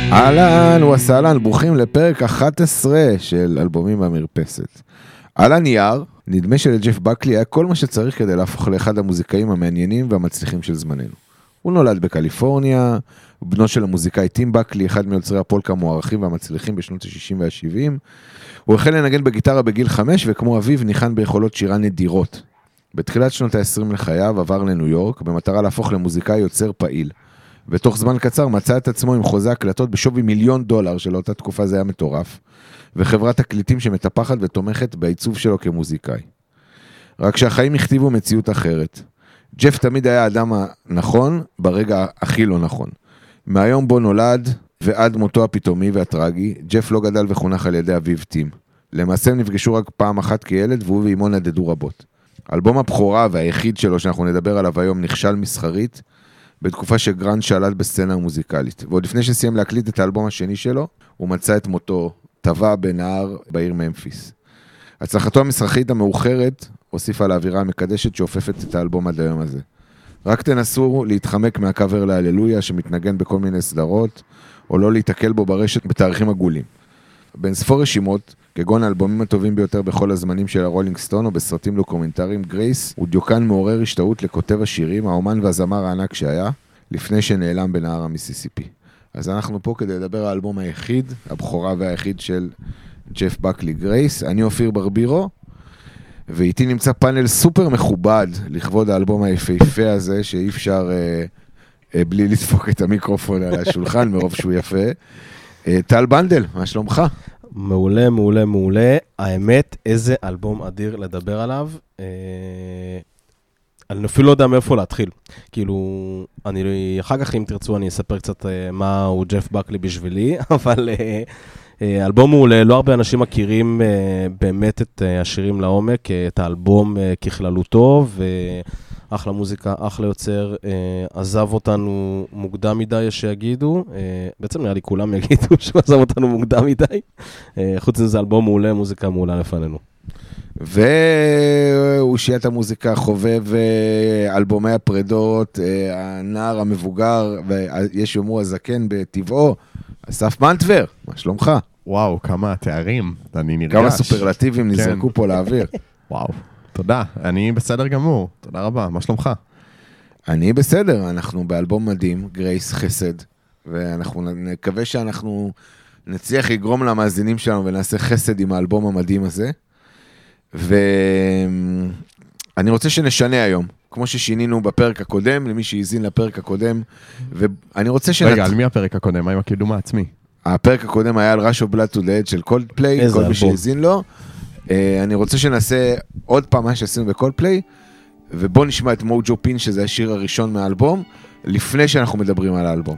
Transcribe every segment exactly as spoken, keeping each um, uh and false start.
אהלן וסהלן, ברוכים לפרק אחת עשרה של אלבומים במרפסת. על הנייר, נדמה שלג'ף בקלי היה כל מה שצריך כדי להפוך לאחד המוזיקאים המעניינים והמצליחים של זמננו. הוא נולד בקליפורניה, בנו של המוזיקאי טים בקלי, אחד מיוצרי הפולקה המוערכים והמצליחים בשנות ה-שישים וה-שבעים. הוא החל לנגן בגיטרה בגיל חמש, וכמו אביו ניחן ביכולות שירה נדירות. בתחילת שנות ה-עשרים לחייו עבר לניו יורק, במטרה להפוך למוזיקאי יוצר פעיל. בתוך זמן קצר מצא את עצמו עם חוזה הקלטות בשווי מיליון דולר, שלאותה תקופה זה היה מטורף, וחברת תקליטים שמטפחת ותומכת בעיצוב שלו כמוזיקאי. רק שהחיים הכתיבו מציאות אחרת. ג'ף תמיד היה האדם הנכון ברגע הכי לא נכון. מהיום בו נולד ועד מותו הפתאומי והטרגי, ג'ף לא גדל וחונך על ידי אביו טים. למעשה הם נפגשו רק פעם אחת כילד, והוא ואימו נדדו רבות. אלבום הבכורה והיחיד שלו שאנחנו נדבר עליו היום נכשל מסחרית, בתקופה שגרנד שלט בסצנה המוזיקלית. ועוד לפני שסיים להקליט את האלבום השני שלו, הוא מצא את מותו, טבע בנהר בעיר ממפיס. הצלחתו המסחרית המאוחרת הוסיפה לאווירה המקדשת שאופפת את האלבום עד היום הזה. רק תנסו להתחמק מהקאבר להללויה שמתנגן בכל מיני סדרות, או לא להתקל בו ברשת בתאריכים עגולים. בין ספור רשימות, כגון האלבומים הטובים ביותר בכל הזמנים של הרולינג סטון או בסרטים דוקומנטריים, גרייס הוא דיוקן מעורר השתאות לכותב השירים, האומן והזמר הענק שהיה, לפני שנעלם בנהר המיסיסיפי. אז אנחנו פה כדי לדבר על האלבום היחיד, הבכורה והיחיד של ג'ף בקלי, גרייס. אני אופיר ברבירו, ואיתי נמצא פאנל סופר מכובד לכבוד האלבום היפהפה הזה, שאי אפשר אה, אה, בלי לדפוק את המיקרופון על השולחן מרוב שהוא יפה. אה, טל בנדל, מה שלומך? מעולה, מעולה, מעולה. האמת, איזה אלבום אדיר לדבר עליו. אה, אני אפילו לא יודע מאיפה להתחיל. כאילו, אני, אחר כך אם תרצו אני אספר קצת אה, מה הוא ג'ף בקלי בשבילי, אבל אה, אה, אלבום מעולה, לא הרבה אנשים מכירים אה, באמת את אה, השירים לעומק, אה, את האלבום אה, ככללותו, ואחלה מוזיקה, אחלה יוצר, אה, עזב אותנו מוקדם מדי, שיגידו, אה, בעצם נראה לי כולם יגידו שהוא עזב אותנו מוקדם מדי, אה, חוץ מזה אלבום מעולה, מוזיקה מעולה לפנינו. והוא שיהיה את המוזיקה, חובב אלבומי הפרדות, הנער המבוגר, ויש יאמרו הזקן בטבעו, אסף מנטבר, מה שלומך? וואו, כמה תארים, אני נרגש. כמה סופרלטיבים נזרקו פה לאוויר. וואו, תודה, אני בסדר גמור, תודה רבה, מה שלומך? אני בסדר, אנחנו באלבום מדהים, גרייס חסד, ואנחנו נקווה שאנחנו נצליח לגרום למאזינים שלנו ונעשה חסד עם האלבום המדהים הזה. ואני רוצה שנשנה היום, כמו ששינינו בפרק הקודם, למי שהזין לפרק הקודם, ואני רוצה שנת... רגע, על מי הפרק הקודם? מה עם הקידום העצמי? הפרק הקודם היה על Rush of Blood to the Edge של קולדפליי, כל מי שהזין לו. אני רוצה שנעשה עוד פעם מה שעשינו בקולדפליי, ובוא נשמע את מוג'ו פין, שזה השיר הראשון מהאלבום, לפני שאנחנו מדברים על האלבום.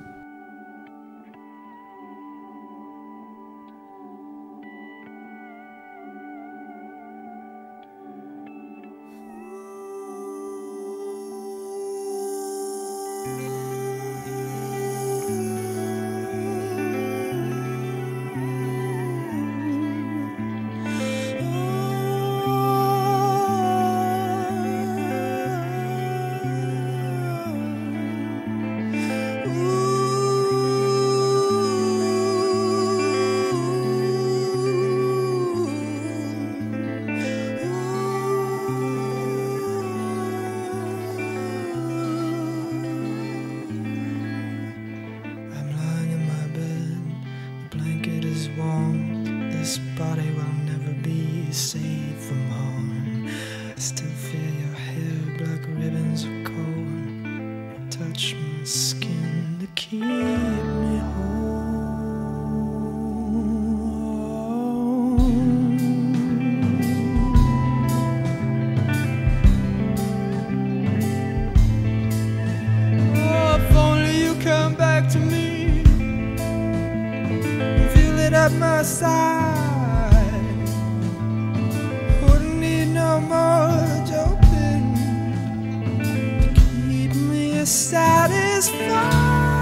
at my side. Wouldn't need no more joking to keep me satisfied.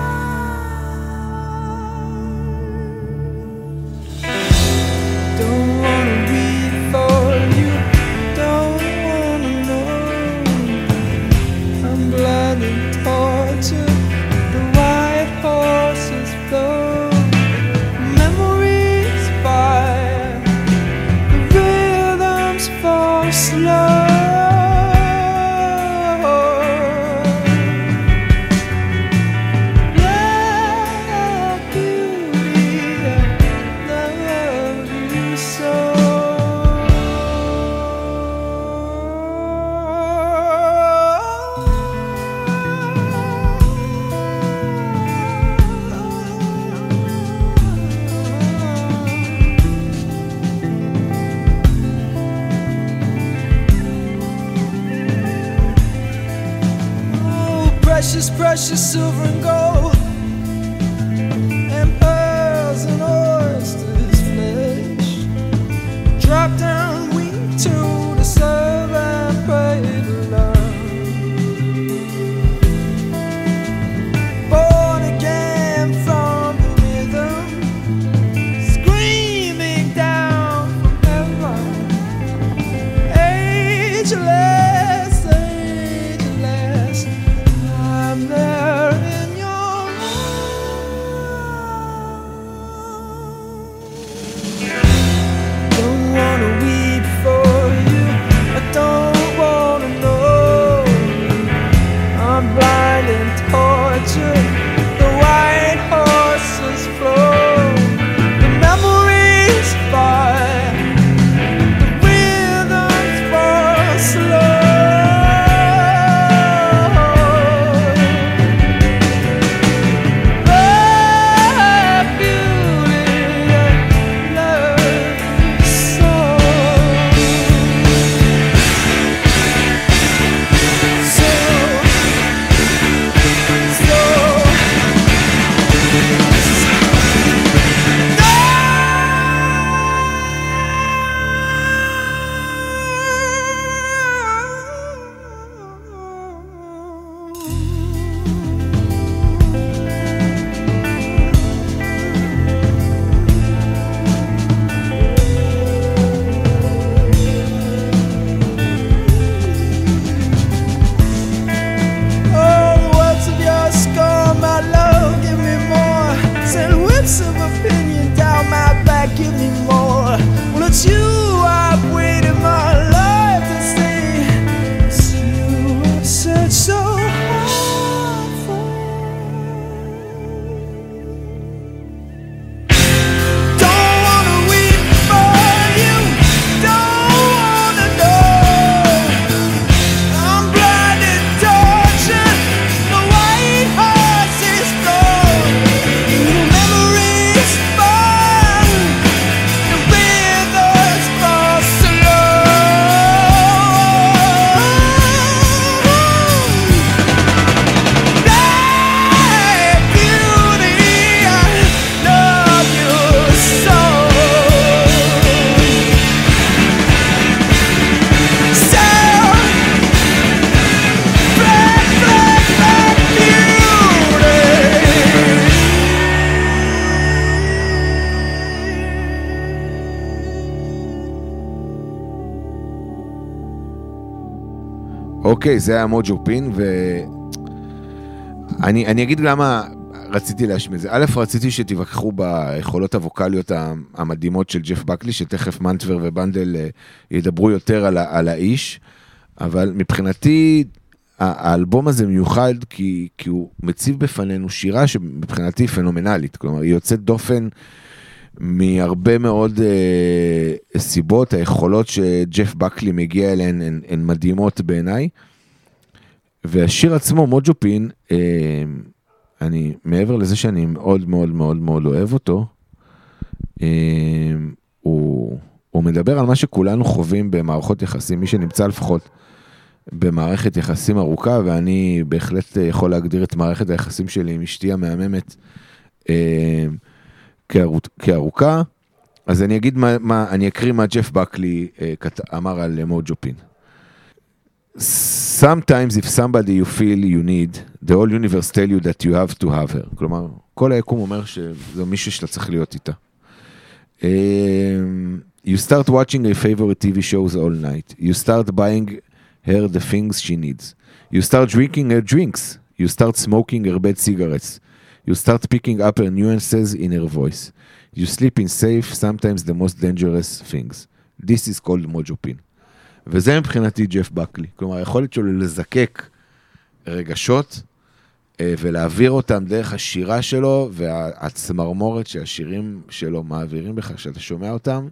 Don't wanna be for you, don't wanna know. I'm blind and tortured, the white horses flow. precious, precious silver and gold, and pearls and oysters flesh. Drop down wheat to the serve and pray to love. Born again from the rhythm, screaming down from heaven. Ageless, ageless, I'm there in your arms. Don't wanna weep for you, I don't wanna know. I'm blind and tortured, the white horses flow. The memories fire, the rhythms fall slow. The beauty of love song. So, oh, words of your scorn, my love, give me more. Send whips of opinion down my back, give me more. Well, it's you I've waited my life to see. It's you I've searched so hard for. Don't wanna weep for you, don't wanna know. I'm blind and tortured, the white horse is gone. The memories fall, the rivers fall slow. That beauty, I love you so. So black, black, black אוקיי, זה היה מוג'ו פין, ואני אני אגיד למה רציתי להשמיע את זה. א', רציתי שתיווכחו ביכולות הווקליות המדהימות של ג'ף בקלי, שתכף מנטבר ובנדל אה, ידברו יותר על, ה- על האיש, אבל מבחינתי האלבום הזה מיוחד כי, כי הוא מציב בפנינו שירה שמבחינתי פנומנלית, כלומר היא יוצאת דופן מהרבה מאוד אה, סיבות. היכולות שג'ף בקלי מגיע אליהן הן, הן מדהימות בעיניי, והשיר עצמו, מוג'ו פין, אה, אני, מעבר לזה שאני מאוד מאוד מאוד מאוד אוהב אותו, אה, הוא, הוא מדבר על מה שכולנו חווים במערכות יחסים, מי שנמצא לפחות במערכת יחסים ארוכה, ואני בהחלט יכול להגדיר את מערכת היחסים שלי עם אשתי המהממת אה, כארוכה. אז אני אגיד מה, מה, אני אקריא מה ג'ף בקלי אה, אמר על מוג'ו פין. Sometimes if somebody you feel you need, the whole universe tell you that you have to have her. כלומר, כל היקום אומר שזה מישהו שאתה צריך להיות איתה. Um, you start watching your favorite T V shows all night. You start buying her the things she needs. You start drinking her drinks. You start smoking her bad cigarettes. You start picking up her nuances in her voice. You sleep in safe, sometimes the most dangerous things. This is called מוג'ו פין. וזה מבחינתי ג'ף בקלי. כלומר, היכולת שלו לזקק רגשות ולהעביר אותם דרך השירה שלו והצמרמורת שהשירים שלו מעבירים בך, שאתה שומע אותם,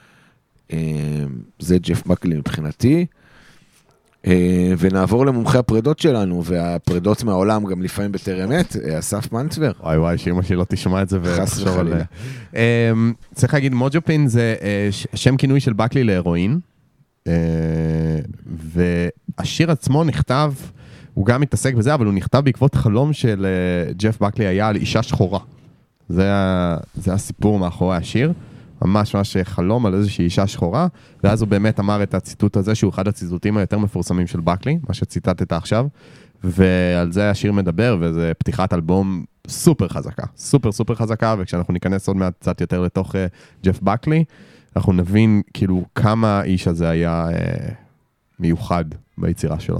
זה ג'ף בקלי מבחינתי. ונעבור למומחי הפרדות שלנו, והפרדות מהעולם גם לפעמים בטרם עת, אסף מנטבר. וואי וואי, שאמא שלי לא תשמע את זה חס וחלילה. צריך להגיד, מוג'ו פין זה שם כינוי של בקלי להרואין, והשיר עצמו נכתב הוא גם מתעסק בזה, אבל הוא נכתב בעקבות חלום של ג'ף בקלי היה על אישה שחורה. זה, זה הסיפור מאחורי השיר. ממש ממש חלום על איזושהי אישה שחורה, ואז הוא באמת אמר את הציטוט הזה, שהוא אחד הציטוטים היותר מפורסמים של בקלי, מה שציטטת עכשיו, ועל זה השיר מדבר, וזה פתיחת אלבום סופר חזקה, סופר סופר חזקה, וכשאנחנו ניכנס עוד מעט קצת יותר לתוך uh, ג'ף בקלי, אנחנו נבין כאילו כמה האיש הזה היה uh, מיוחד ביצירה שלו.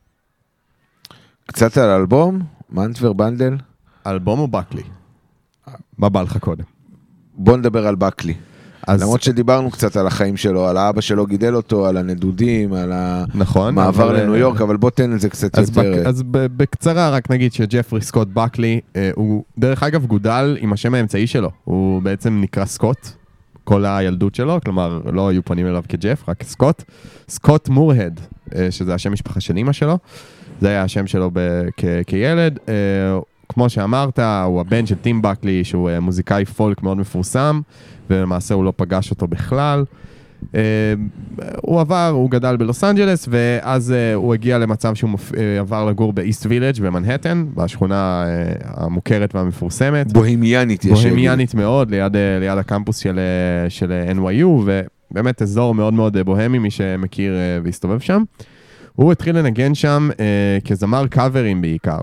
קצת על אלבום, מנטבר בנדל. אלבום או בקלי? מה בא לך קודם? בוא נדבר על בקלי. אז... למרות שדיברנו קצת על החיים שלו, על האבא שלו גידל אותו, על הנדודים, על נכון, המעבר אבל... לניו יורק, אבל בוא תן את זה קצת אז יותר. בק... אז בקצרה רק נגיד שג'פרי סקוט בקלי, אה, הוא דרך אגב גודל עם השם האמצעי שלו, הוא בעצם נקרא סקוט, כל הילדות שלו, כלומר לא היו פונים אליו כג'ף, רק סקוט. סקוט מורהד, אה, שזה השם משפחה של אמא שלו, זה היה השם שלו ב... כ... כילד, אה, כמו שאמרת, הוא הבן של טים בקלי, שהוא מוזיקאי פולק מאוד מפורסם, ולמעשה הוא לא פגש אותו בכלל. הוא עבר, הוא גדל בלוס אנג'לס, ואז הוא הגיע למצב שהוא עבר לגור באיסט וילג' במנהטן, בשכונה המוכרת והמפורסמת. בוהמיאנית. בוהמיאנית מאוד, ליד, ליד הקמפוס של, של אן וואי יו, ובאמת אזור מאוד מאוד בוהמי, מי שמכיר והסתובב שם. הוא התחיל לנגן שם כזמר קאברים בעיקר.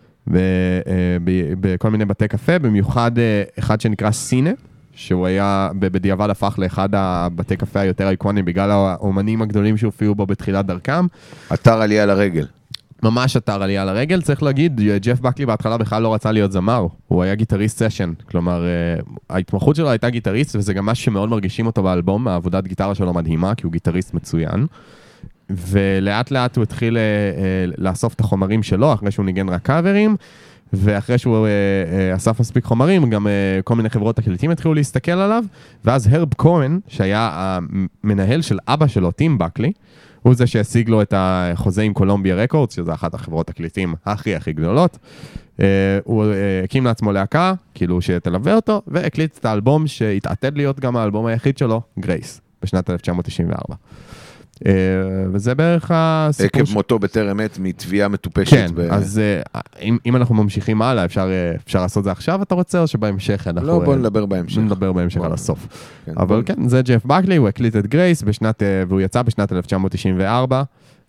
בכל מיני בתי קפה, במיוחד אחד שנקרא סינה, שהוא היה בדיעבד הפך לאחד הבתי קפה היותר אייקונים, בגלל האומנים הגדולים שהופיעו בו בתחילת דרכם. אתר עלייה לרגל. ממש אתר עלייה לרגל, צריך להגיד, ג'ף בקלי בהתחלה בכלל לא רצה להיות זמר, הוא היה גיטריסט סשן, כלומר, ההתמחות שלו הייתה גיטריסט, וזה גם משהו שמאוד מרגישים אותו באלבום, העבודת גיטרה שלו מדהימה, כי הוא גיטריסט מצוין. ולאט לאט הוא התחיל לאסוף את החומרים שלו, אחרי שהוא ניגן רק קאברים, ואחרי שהוא אסף מספיק חומרים, גם כל מיני חברות תקליטים התחילו להסתכל עליו, ואז הרב כהן, שהיה המנהל של אבא שלו, טים בקלי, הוא זה שהשיג לו את החוזה עם קולומביה רקורדס, שזה אחת החברות תקליטים הכי הכי גדולות. הוא הקים לעצמו להקה, כאילו שתלווה אותו, והקליט את האלבום שהתעתד להיות גם האלבום היחיד שלו, גרייס, בשנת אלף תשע מאות תשעים וארבע. וזה בערך הסיפור... עקב מותו בטרם עת מתביעה מטופשת. כן, אז אם אנחנו ממשיכים הלאה, אפשר לעשות זה עכשיו, אתה רוצה, או שבהמשך אנחנו... לא, בוא נדבר בהמשך. נדבר בהמשך על הסוף. אבל כן, זה ג'ף בקלי, הוא הקליט את גרייס, והוא יצא בשנת אלף תשע מאות תשעים וארבע,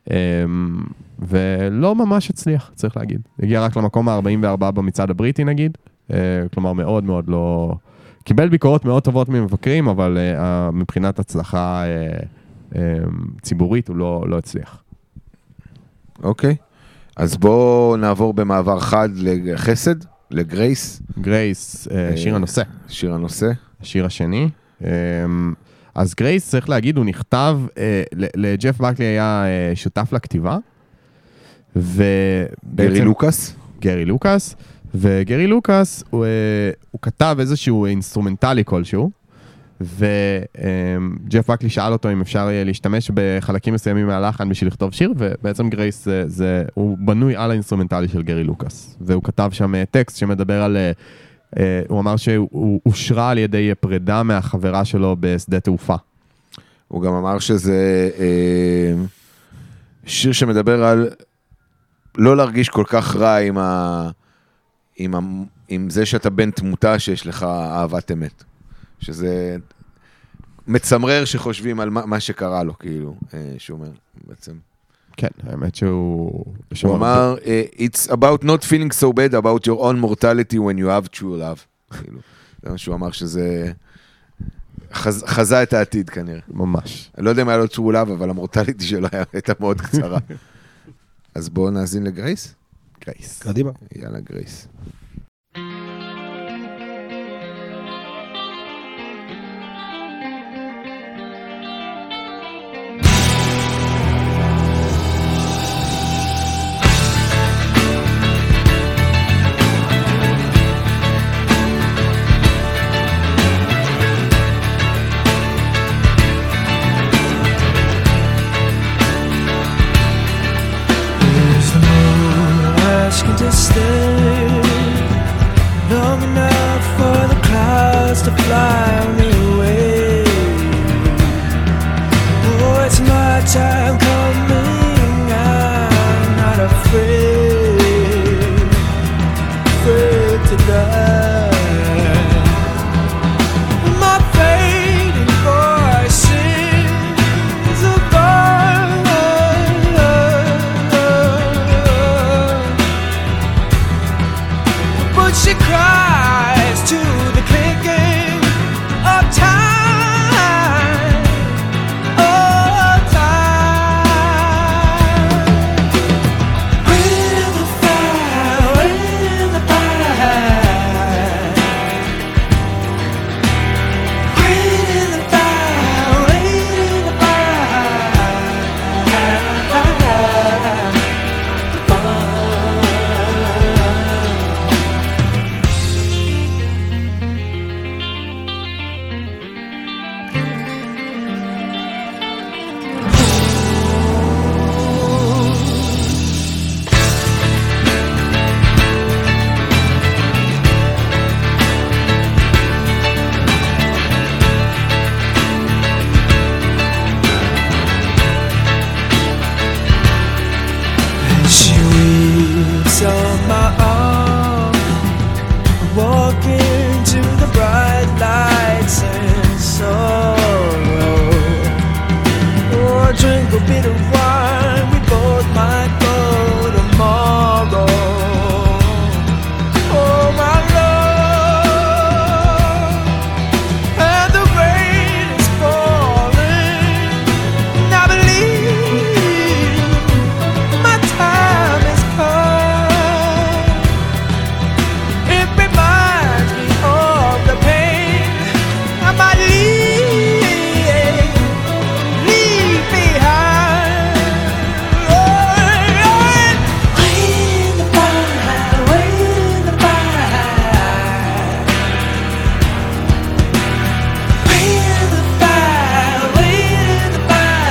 ולא ממש הצליח, צריך להגיד. הגיע רק למקום ה-ארבעים וארבע במצעד הבריטי, נגיד, כלומר מאוד מאוד לא... קיבל ביקורות מאוד טובות ממבקרים, אבל מבחינת הצלחה... ציבורית הוא לא, לא הצליח. אוקיי. אז בואו נעבור במעבר חד לחסד, לגרייס. גרייס, שיר הנושא. שיר הנושא. השיר השני. אז גרייס, צריך להגיד, הוא נכתב, לג'ף בקלי היה שותף לכתיבה. גרי לוקאס. גרי לוקאס. וגרי לוקאס, הוא, הוא כתב איזשהו אינסטרומנטלי כלשהו. וג'ף בקלי שאל אותו אם אפשר להשתמש בחלקים מסוימים מהלחן בשביל לכתוב שיר, ובעצם גרייס זה, זה, הוא בנוי על האינסטרומנטלי של גרי לוקאס, והוא כתב שם טקסט שמדבר על, הוא אמר שהוא אושרה על ידי פרידה מהחברה שלו בשדה תעופה. הוא גם אמר שזה שיר שמדבר על לא להרגיש כל כך רע עם, ה, עם, ה, עם זה שאתה בן תמותה שיש לך אהבת אמת. שזה מצמרר שחושבים על מה, מה שקרה לו, כאילו, שהוא אומר, בעצם. כן, האמת שהוא... הוא אמר, it's about not feeling so bad about your own mortality when you have true love. כאילו, זה מה שהוא אמר שזה... חז, חזה את העתיד כנראה. ממש. אני לא יודע אם היה לו true love, אבל המורטליטי שלו הייתה מאוד קצרה. אז בואו נאזין לגרייס. גרייס. קדימה. יאללה, גרייס. To stay long enough for the clouds to fly me away. Oh, it's my time coming, I'm not afraid. to die. My fading voice sings above, but she cries to the clinking of time, of time. Waiting in the fire, waiting in the fire, waiting in the fire, waiting in the she weeps on my arm, walking to the bright lights and sorrow. Oh, drink a bit of wine, we both might go tomorrow. Oh, my love, and the rain is falling, and I believe my time has come. It reminds me of the pain I might leave, leave behind. Oh, wait in the fire, wait in the fire, wait in the fire, wait in the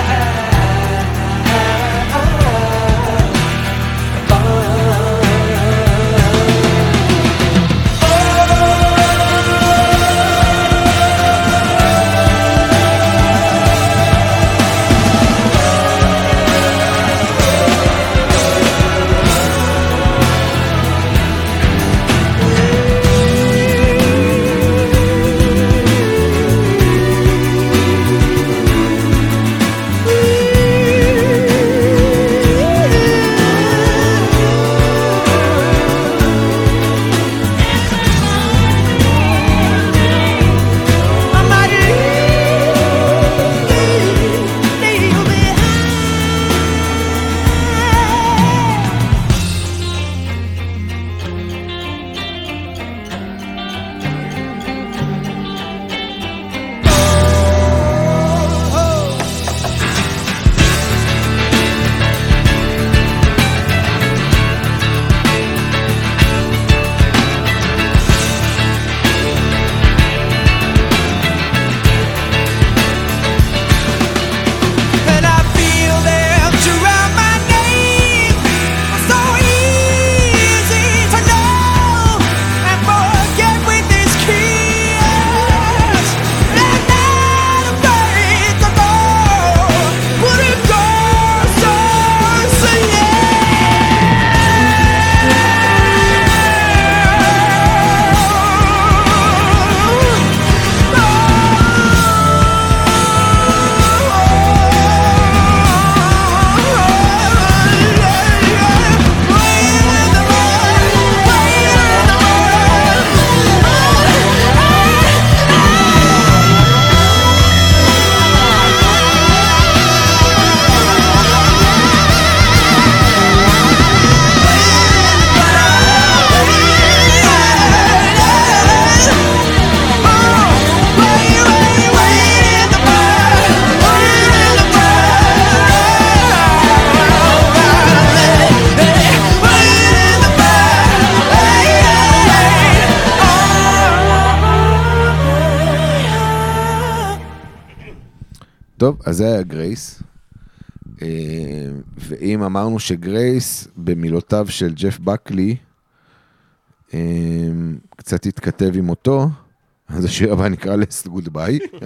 and I feel them surround my name. So easy to know and forget with this kiss. And not afraid to go. Would it go so טוב, אז זה היה גרייס. ואם אמרנו שגרייס, במילותיו של ג'ף בקלי, קצת התכתב עם אותו, אז השיר הבא נקרא Last Goodbye,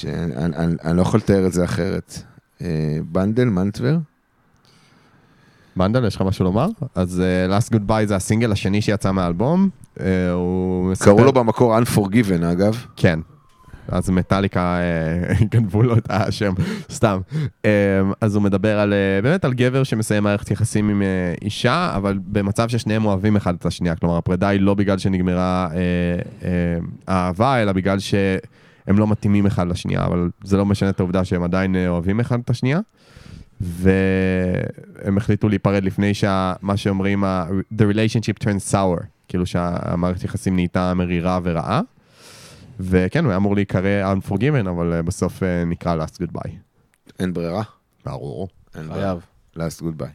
שאני לא יכול לתאר את זה אחרת. בנדל, מנטבר? מנדל, יש לך משהו לומר? אז uh, Last Goodbye זה הסינגל השני שיצא מהאלבום. Uh, הוא מספר... קראו לו במקור Unforgiven, אגב. כן. אז מטליקה גנבו לו את השם, סתם. אז הוא מדבר על, באמת על גבר שמסיים מערכת יחסים עם אישה, אבל במצב ששניהם אוהבים אחד את השנייה. כלומר, הפרידה היא לא בגלל שנגמרה האהבה, אלא בגלל שהם לא מתאימים אחד לשנייה, אבל זה לא משנה את העובדה שהם עדיין אוהבים אחד את השנייה. והם החליטו להיפרד לפני שמה שאומרים, the relationship turns sour, כאילו שהמערכת יחסים נהייתה מרירה ורעה. וכן, הוא היה אמור להיקרא Unforgiven, אבל בסוף נקרא Last Goodbye. אין ברירה? ברור. אין ברירה. Last Goodbye.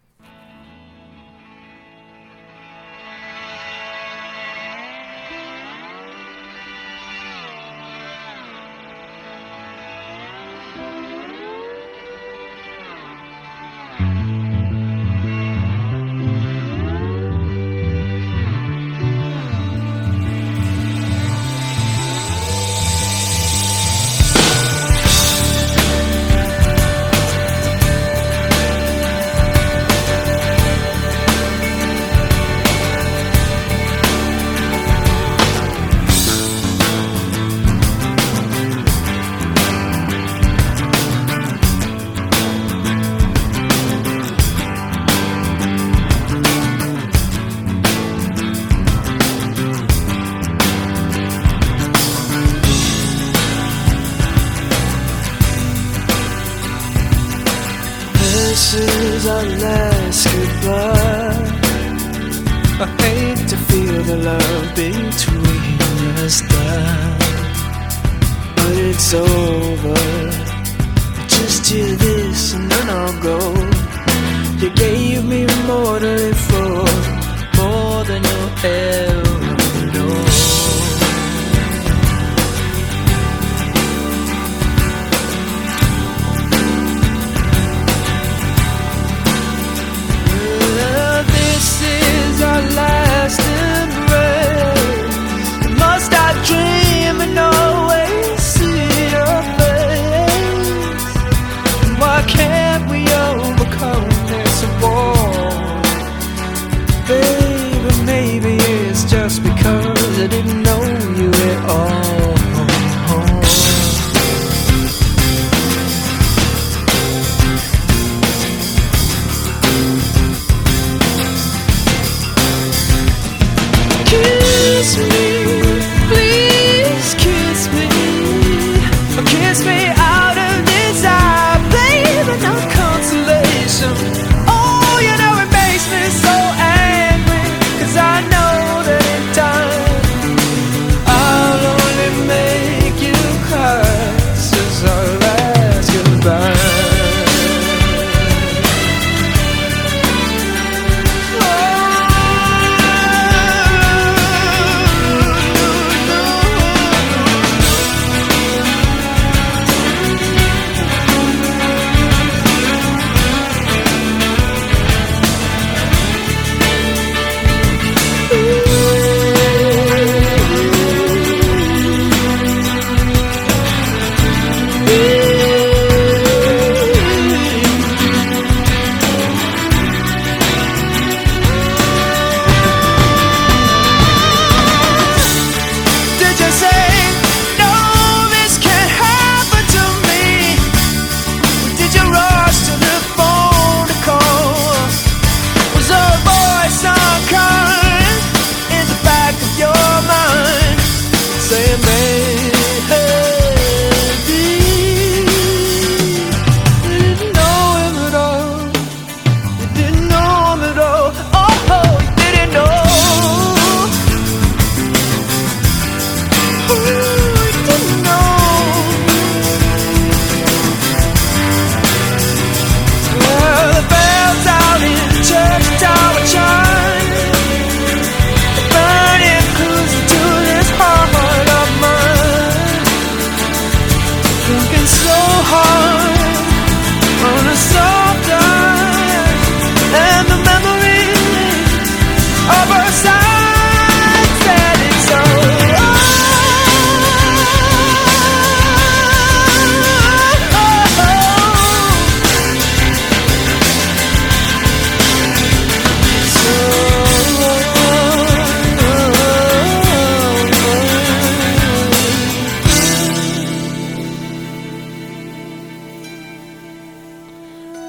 This is our last goodbye. I hate to feel the love between us die, but it's over. Just hear this and then I'll go. You gave me more to live for, more than you'll ever know. Our last embrace. Must I dream and always see your face? Why can't we overcome this war? Baby, maybe it's just because I didn't know you at all. Kiss me, please kiss me, kiss me out of desire, baby, not consolation. Oh, you know it makes me so angry, 'cause I know that in time I'll only make you cry. This is our last goodbye.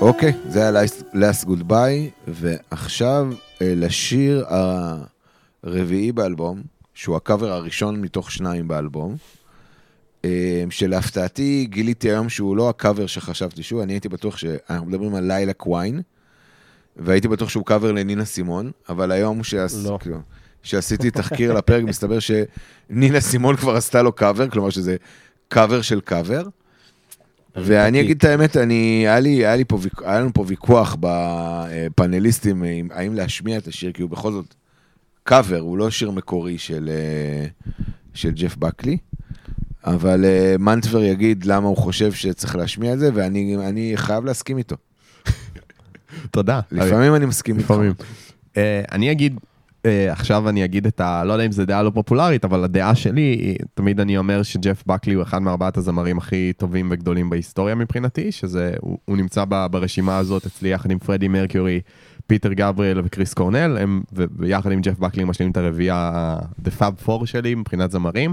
אוקיי, זה היה Last Goodbye, ועכשיו לשיר הרביעי באלבום, שהוא הקאבר הראשון מתוך שניים באלבום, שלהפתעתי גיליתי היום שהוא לא הקאבר שחשבתי שהוא, אני הייתי בטוח שאנחנו מדברים על לילה קוויין, והייתי בטוח שהוא קאבר לנינה סימון, אבל היום שעש... לא. שעשיתי תחקיר לפרק, מסתבר שנינה סימון כבר עשתה לו קאבר, כלומר שזה קאבר של קאבר, ואני אגיד את האמת, אני, היה לי, היה לי פה, היה לנו פה ויכוח בפאנליסטים, האם להשמיע את השיר, כי הוא בכל זאת קאבר, הוא לא שיר מקורי של, של ג'ף בקלי, אבל מנטבר יגיד למה הוא חושב שצריך להשמיע את זה, ואני אני חייב להסכים איתו. תודה. לפעמים אני מסכים איתו. אני אגיד, עכשיו אני אגיד את ה... לא יודע אם זה דעה לא פופולרית, אבל הדעה שלי, תמיד אני אומר שג'ף בקלי הוא אחד מארבעת הזמרים הכי טובים וגדולים בהיסטוריה מבחינתי, שזה, הוא, הוא נמצא ברשימה הזאת אצלי יחד עם פרדי מרקיורי, פיטר גבריאל וקריס קורנל, הם, ויחד עם ג'ף בקלי משלים את הרביעייה, The Fab Four שלי מבחינת זמרים,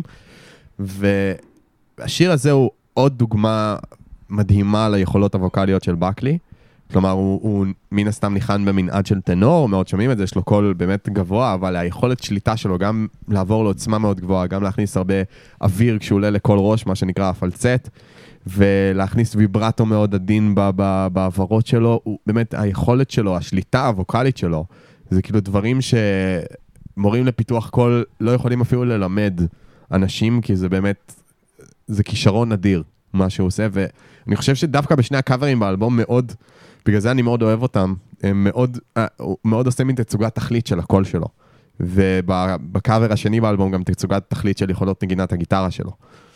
והשיר הזה הוא עוד דוגמה מדהימה ליכולות הווקליות של בקלי, כלומר, הוא, הוא מן הסתם ניחן במנעד של טנור, מאוד שומעים את זה, יש לו קול באמת גבוה, אבל היכולת שליטה שלו גם לעבור לעוצמה מאוד גבוהה, גם להכניס הרבה אוויר כשהוא עולה לכל ראש, מה שנקרא הפלצט, ולהכניס ויברטו מאוד עדין בעברות שלו, הוא באמת, היכולת שלו, השליטה הווקלית שלו, זה כאילו דברים שמורים לפיתוח קול לא יכולים אפילו ללמד אנשים, כי זה באמת, זה כישרון נדיר, מה שהוא עושה, ואני חושב שדווקא בשני הקאברים באלבום מאוד, בגלל זה אני מאוד אוהב אותם, הם מאוד, הוא מאוד עושה מן תצוגת תכלית של הקול שלו, ובקאבר השני באלבום גם תצוגת תכלית של יכולות נגינת הגיטרה שלו.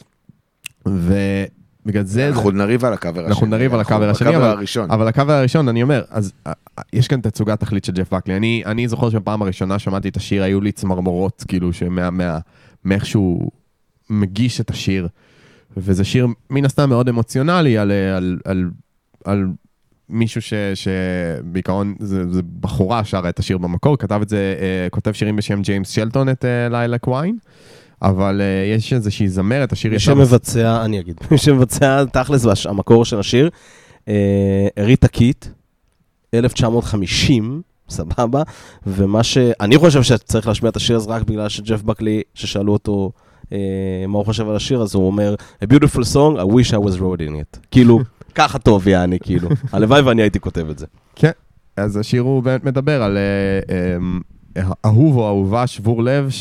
ובגלל זה... אנחנו נריב על הקאבר השני. אנחנו נריב על הקאבר השני, אבל הקאבר הראשון, אני אומר, אז יש כאן תצוגת תכלית של ג'ף בקלי. אני, אני זוכר שבפעם הראשונה שמעתי את השיר, היו לי צמרמורות, כאילו, מאיך שהוא מגיש את השיר, וזה שיר מן הסתם מאוד אמוציונלי על, על, על, על מישהו ש, שבעיקרון זה, זה בחורה שרה את השיר במקור, כתב את זה, uh, כותב שירים בשם ג'יימס שלטון את uh, לילה קוויין, אבל uh, יש איזושהי זמרת, השיר... מי שמבצע, אני אגיד, מי שמבצע תכלס המקור של השיר, ריטה קיט, אלף תשע מאות וחמישים, סבבה, ומה שאני חושב שצריך להשמיע את השיר הזה רק בגלל שג'ף בקלי, ששאלו אותו מה הוא חושב על השיר, אז הוא אומר, A beautiful song, I wish I was wrote in it. כאילו, ככה טוב יעני, כאילו. הלוואי ואני הייתי כותב את זה. כן, אז השיר הוא באמת מדבר על אהוב או אהובה שבור לב,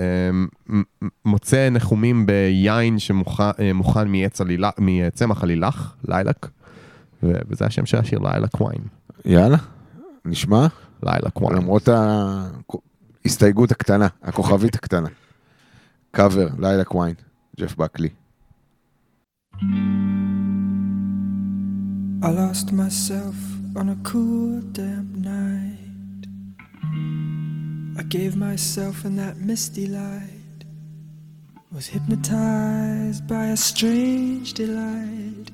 שמוצא נחומים ביין שמוכן מצמח עלילך, לילק, וזה השם של השיר, לילה קוויין. יאללה, נשמע? לילה קוויין. למרות ההסתייגות הקטנה, הכוכבית הקטנה. קאבר, לילה קוויין, ג'ף בקלי. I lost myself on a cool damp night. I gave myself in that misty light. Was hypnotized by a strange delight.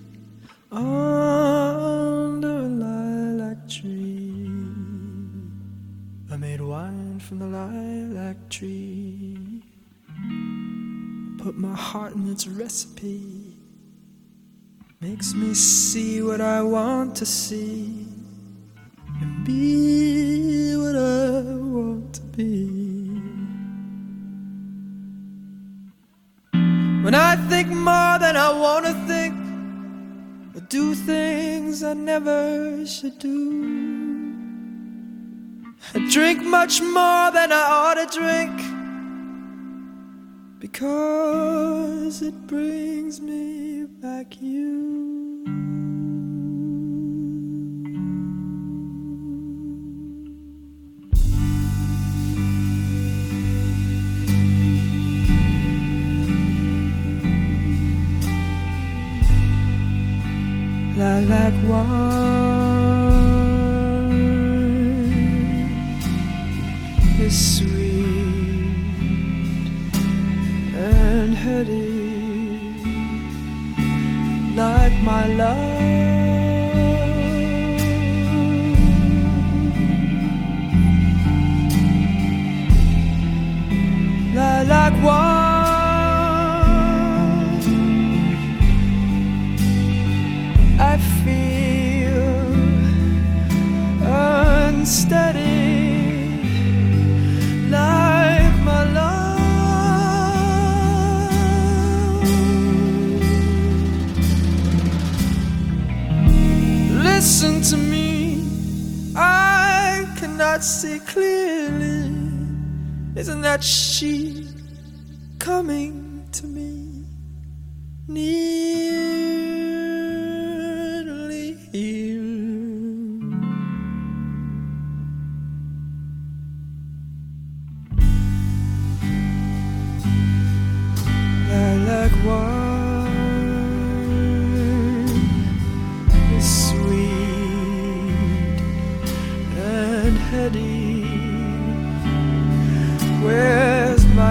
Under a lilac tree, I made wine from the lilac tree. Put my heart in its recipe. Makes me see what I want to see and be what I want to be. When I think more than I want to think, I do things I never should do. I drink much more than I ought to drink, because it brings me back you. Lilac wine is sweet and heady, like my love. Lilac wine, I feel see clearly. Isn't that she coming to me nearly here? Lilac wine is sweet and heady. Where's my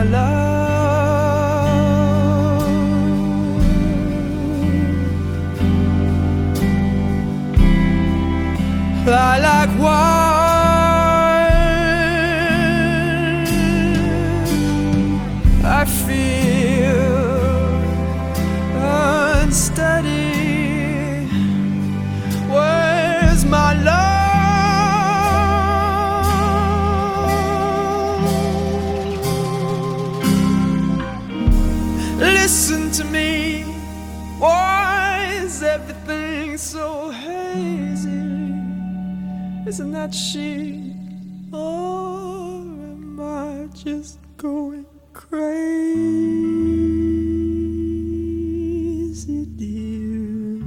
love? Lilac wine, I feel unsteady. Where's my love? Listen to me, why is everything so hazy? Isn't that she? Or am I just going crazy, dear?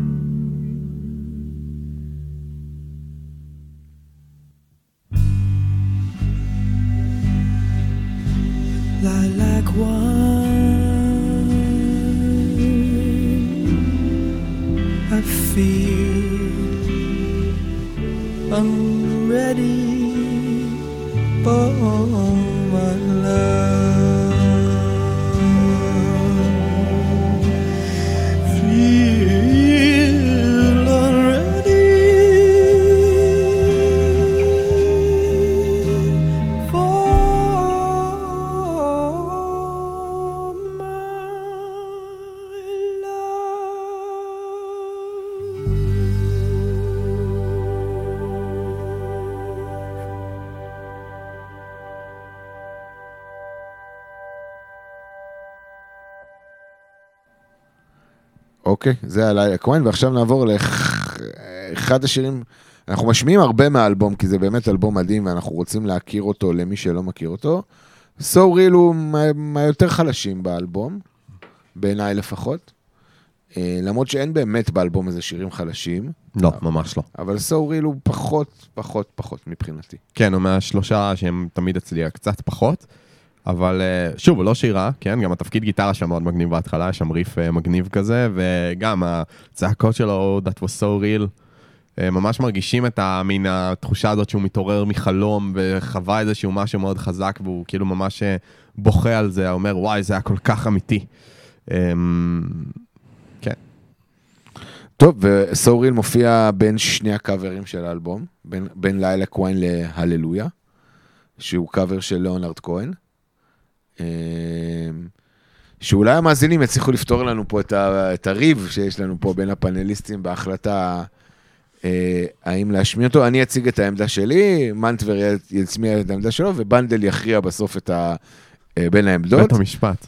Lilac wine, I feel I'm ready for my love. Feel already for my אוקיי, זה הלילה כהן, ועכשיו נעבור לאחד השירים, אנחנו משמיעים הרבה מהאלבום, כי זה באמת אלבום מדהים, ואנחנו רוצים להכיר אותו למי שלא מכיר אותו. So Real הוא מהיותר חלשים באלבום, בעיניי לפחות, למרות שאין באמת באלבום איזה שירים חלשים. לא, ממש לא. אבל So Real הוא פחות, פחות, פחות מבחינתי. כן, הוא מהשלושה שהם תמיד אצלי קצת פחות. אבל שוב, לא שירה, כן? גם התפקיד גיטרה שם מאוד מגניב בהתחלה, יש שם ריף מגניב כזה, וגם הצעקות שלו, that was so real, ממש מרגישים את המין התחושה הזאת שהוא מתעורר מחלום, וחווה איזשהו משהו מאוד חזק, והוא כאילו ממש בוכה על זה, אומר, וואי, זה היה כל כך אמיתי. כן. טוב, ו-So Real מופיע בין שני הקאברים של האלבום, בין, בין לילה כהן להללויה, שהוא קאבר של ליאונרד כהן, שאולי המאזינים יצליחו לפתור לנו פה את הריב שיש לנו פה בין הפאנליסטים בהחלטה האם להשמיע אותו. אני אציג את העמדה שלי, מנטבר יצמיע את העמדה שלו, ובנדל יכריע בסוף את בין העמדות. בית המשפט.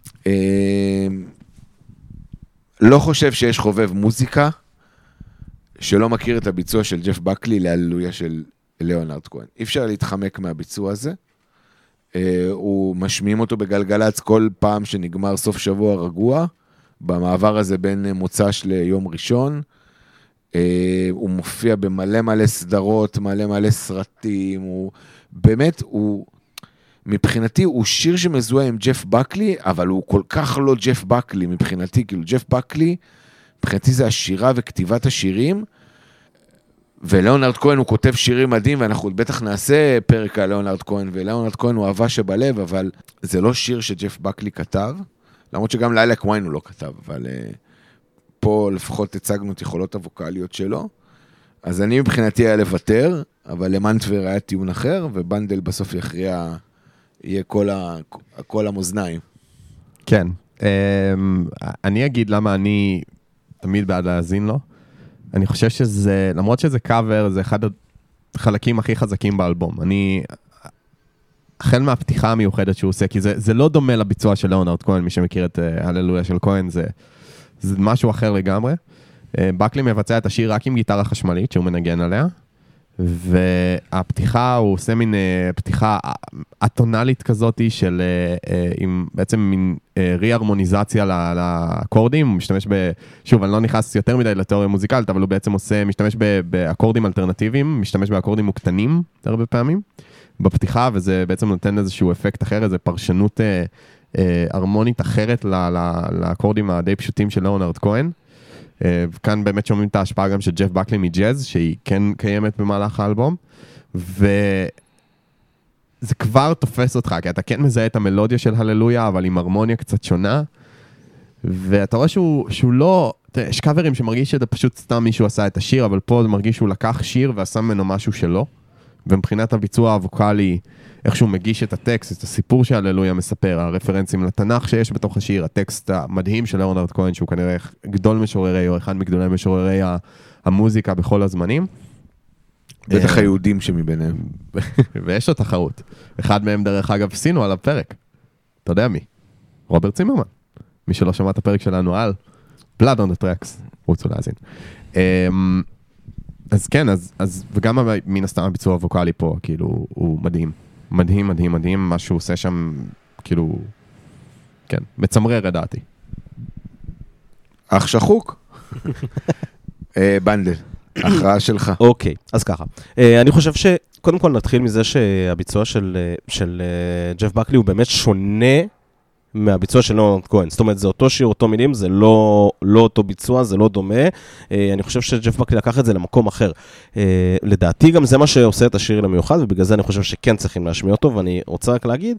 לא חושב שיש חובב מוזיקה שלא מכיר את הביצוע של ג'ף בקלי להללויה של ליאונרד כהן. אי אפשר להתחמק מהביצוע הזה. הוא משמיעים אותו בגלגלץ כל פעם שנגמר סוף שבוע רגוע, במעבר הזה בין מוצ"ש ליום ראשון. הוא מופיע במלא מלא סדרות, מלא מלא סרטים, הוא באמת, הוא, מבחינתי הוא שיר שמזוהה עם ג'ף בקלי, אבל הוא כל כך לא ג'ף בקלי מבחינתי, כאילו ג'ף בקלי, מבחינתי זה השירה וכתיבת השירים, ולאונרד כהן הוא כותב שירים מדהים, ואנחנו בטח נעשה פרק על לאונרד כהן, ולאונרד כהן הוא אהבה שבלב, אבל זה לא שיר שג'ף בקלי כתב, למרות שגם לילה כהן הוא לא כתב, אבל uh, פה לפחות הצגנו את יכולות הווקליות שלו, אז אני מבחינתי היה לוותר, אבל למנטבר היה טיעון אחר, ובנדל בסוף יכריע, יהיה כל, ה, כל המאזניים. כן, um, אני אגיד למה אני תמיד בעד להאזין לו, אני חושב שזה, למרות שזה קאבר, זה אחד החלקים הכי חזקים באלבום. אני, החל מהפתיחה המיוחדת שהוא עושה, כי זה, זה לא דומה לביצוע של ליאונרד כהן, מי שמכיר את uh, הללויה של כהן, זה, זה משהו אחר לגמרי. Uh, בקלי מבצע את השיר רק עם גיטרה חשמלית, שהוא מנגן עליה, והפתיחה, הוא עושה מין פתיחה אטונלית כזאת של, עם בעצם מין רי-הרמוניזציה לאקורדים, הוא משתמש ב... שוב, אני לא נכנס יותר מדי לתיאוריה מוזיקלית, אבל הוא בעצם עושה, משתמש באקורדים אלטרנטיביים, משתמש באקורדים מוקטנים הרבה פעמים, בפתיחה, וזה בעצם נותן איזשהו אפקט אחר, איזו פרשנות הרמונית אחרת לאקורדים הדי פשוטים של ליאונרד כהן. כאן באמת שומעים את ההשפעה גם של ג'ף בקלי מג'אז, שהיא כן קיימת במהלך האלבום, וזה כבר תופס אותך, כי אתה כן מזהה את המלודיה של הללויה, אבל עם הרמוניה קצת שונה, ואתה רואה שהוא, שהוא לא, יש קאברים שמרגיש שזה פשוט סתם מישהו עשה את השיר, אבל פה זה מרגיש שהוא לקח שיר ועשה ממנו משהו שלו, ומבחינת הביצוע הווקלי, איך שהוא מגיש את הטקסט, את הסיפור שהללויה מספר, הרפרנסים לתנ"ך שיש בתוך השיר, הטקסט המדהים של ליאונרד כהן, שהוא כנראה גדול משוררי, או אחד מגדולי משוררי המוזיקה בכל הזמנים. בטח היהודים שמביניהם. ויש לו תחרות. אחד מהם דרך אגב עשינו על הפרק. אתה יודע מי? רוברט צימרמן. מי שלא שמע את הפרק שלנו על Blood on the Tracks. רוצו להאזין. אז כן, אז, אז, וגם מן הסתם הביצוע הווקלי פה, כאילו, הוא מדהים. מדהים, מדהים, מדהים, מה שהוא עושה שם, כאילו, כן, מצמרר לדעתי. אח שחוק. בנדל, הכרעה שלך. אוקיי, אז ככה. אני חושב שקודם כל נתחיל מזה שהביצוע של, של ג'ף בקלי הוא באמת שונה מהביצוע של ליאונרד כהן. זאת אומרת, זה אותו שיר, אותו מילים, זה לא, לא אותו ביצוע, זה לא דומה. אני חושב שג'ף בקלי לקח את זה למקום אחר. לדעתי גם זה מה שעושה את השיר למיוחד, ובגלל זה אני חושב שכן צריכים להשמיע אותו, ואני רוצה רק להגיד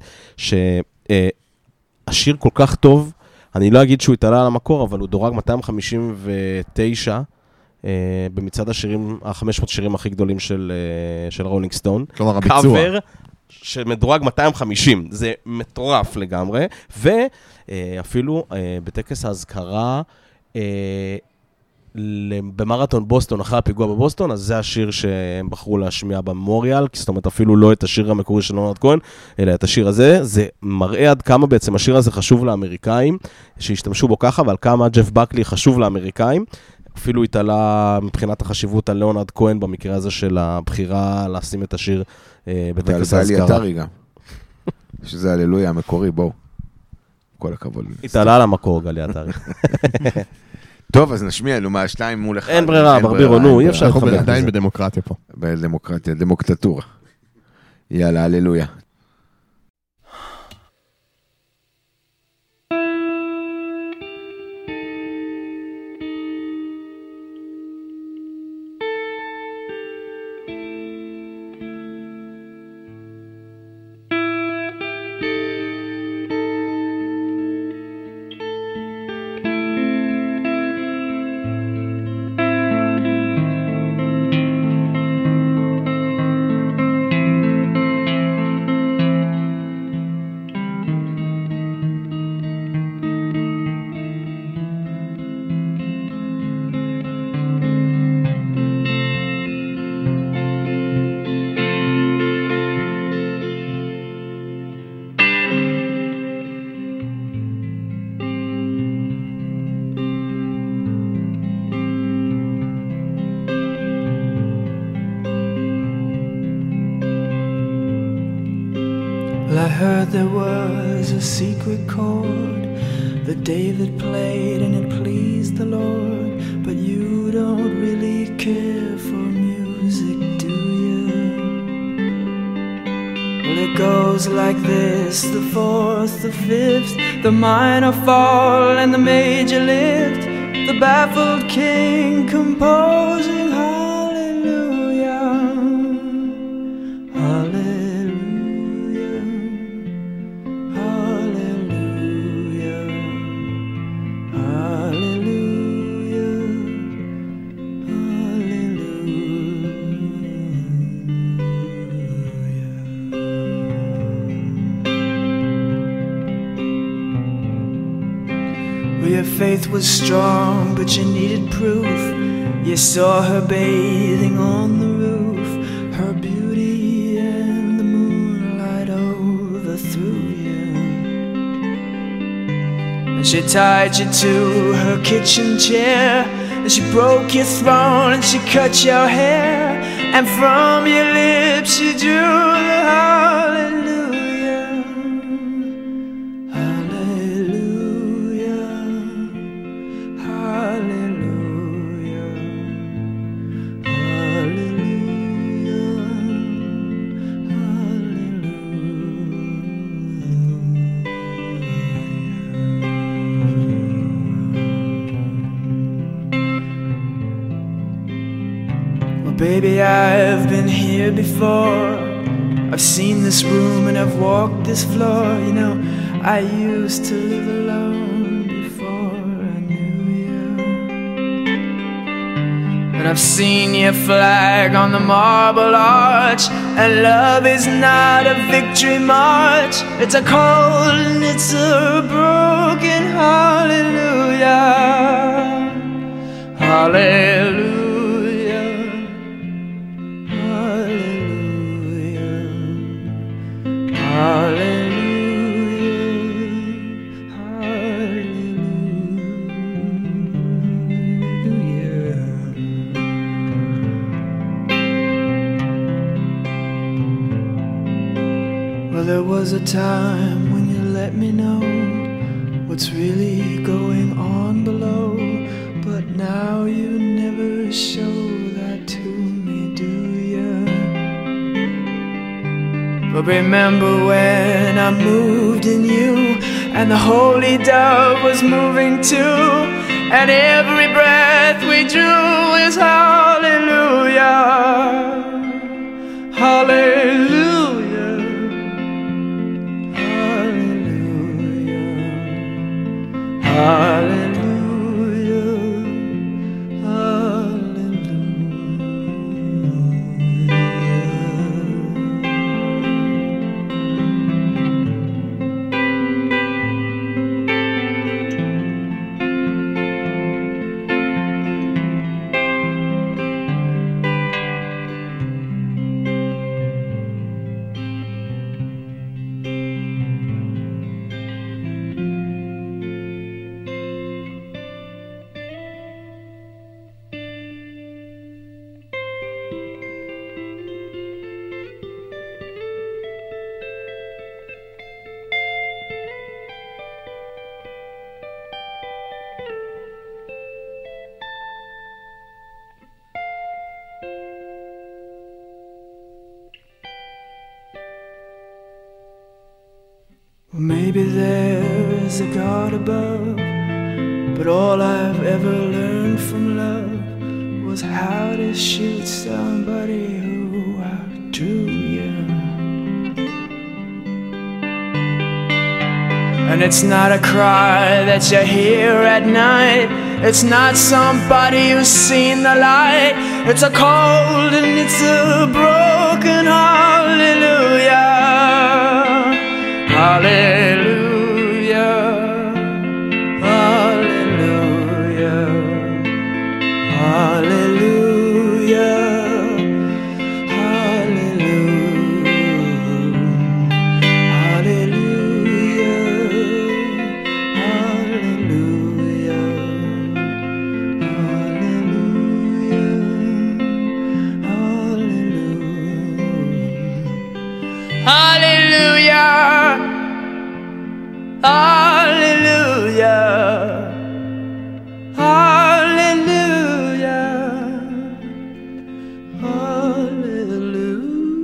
שהשיר כל כך טוב, אני לא אגיד שהוא התעלה על המקור, אבל הוא דורג מאתיים חמישים ותשע, במצעד השירים, ה-חמש מאות שירים הכי גדולים של, של רולינג סטון. כלומר, הביצוע. קאבר שמדורג מאתיים וחמישים, זה מטורף לגמרי, ואפילו בטקס ההזכרה במרתון בוסטון, אחרי הפיגוע בבוסטון, אז זה השיר שהם בחרו להשמיע בממוריאל, זאת אומרת אפילו לא את השיר המקורי של ליאונרד כהן, אלא את השיר הזה. זה מראה עד כמה בעצם השיר הזה חשוב לאמריקאים, שהשתמשו בו ככה, ועל כמה ג'ף בקלי חשוב לאמריקאים. אפילו התעלה מבחינת החשיבות על ליאונרד כהן במקרה הזה של הבחירה לשים את השיר בטקס ההזכרה. ועל בעלי עטרי גם. שזה הללויה המקורי, בואו. כל הכבוד. התעלה על המקור, גלי עטרי. טוב, אז נשמיע, נו, מה, שתיים מול אחד. אין ברירה, ברבירו, נו, אי אפשר אנחנו עדיין בדמוקרטיה פה. בדמוקרטיה, דמוקטטורה. יאללה, הללויה. I heard there was a secret chord that David played and it pleased the Lord. But you don't really care for music, do you? Well, it goes like this: the fourth, the fifth, the minor fall and the major lift, the baffled king composing hallelujah, hallelujah. Your faith was strong, but you needed proof. You saw her bathing on the roof, her beauty and the moonlight overthrew you. And she tied you to her kitchen chair, and she broke your throne, and she cut your hair. and from your lips you drew the hallelujah, hallelujah, hallelujah, baby, I've been here before. I've seen this room and I've walked this floor. You know, I used to live alone before I knew you. And I've seen your flag on the marble arch. And love is not a victory march. It's a cold and it's a broken hallelujah, hallelujah. There was a time when you let me know what's really going on below, but now you never show that to me, do you? But remember when I moved in you, and the holy dove was moving too, and every breath we drew is hallelujah, hallelujah. Hallelujah, Well, maybe there's a God above, but all I've ever learned from love was how to shoot somebody who outdrew you. And it's not a cry that you hear at night, it's not somebody who's seen the light, it's a cold and it's a broken hallelujah, hallelujah, hallelujah, hallelujah, hallelujah, hallelujah, hallelujah.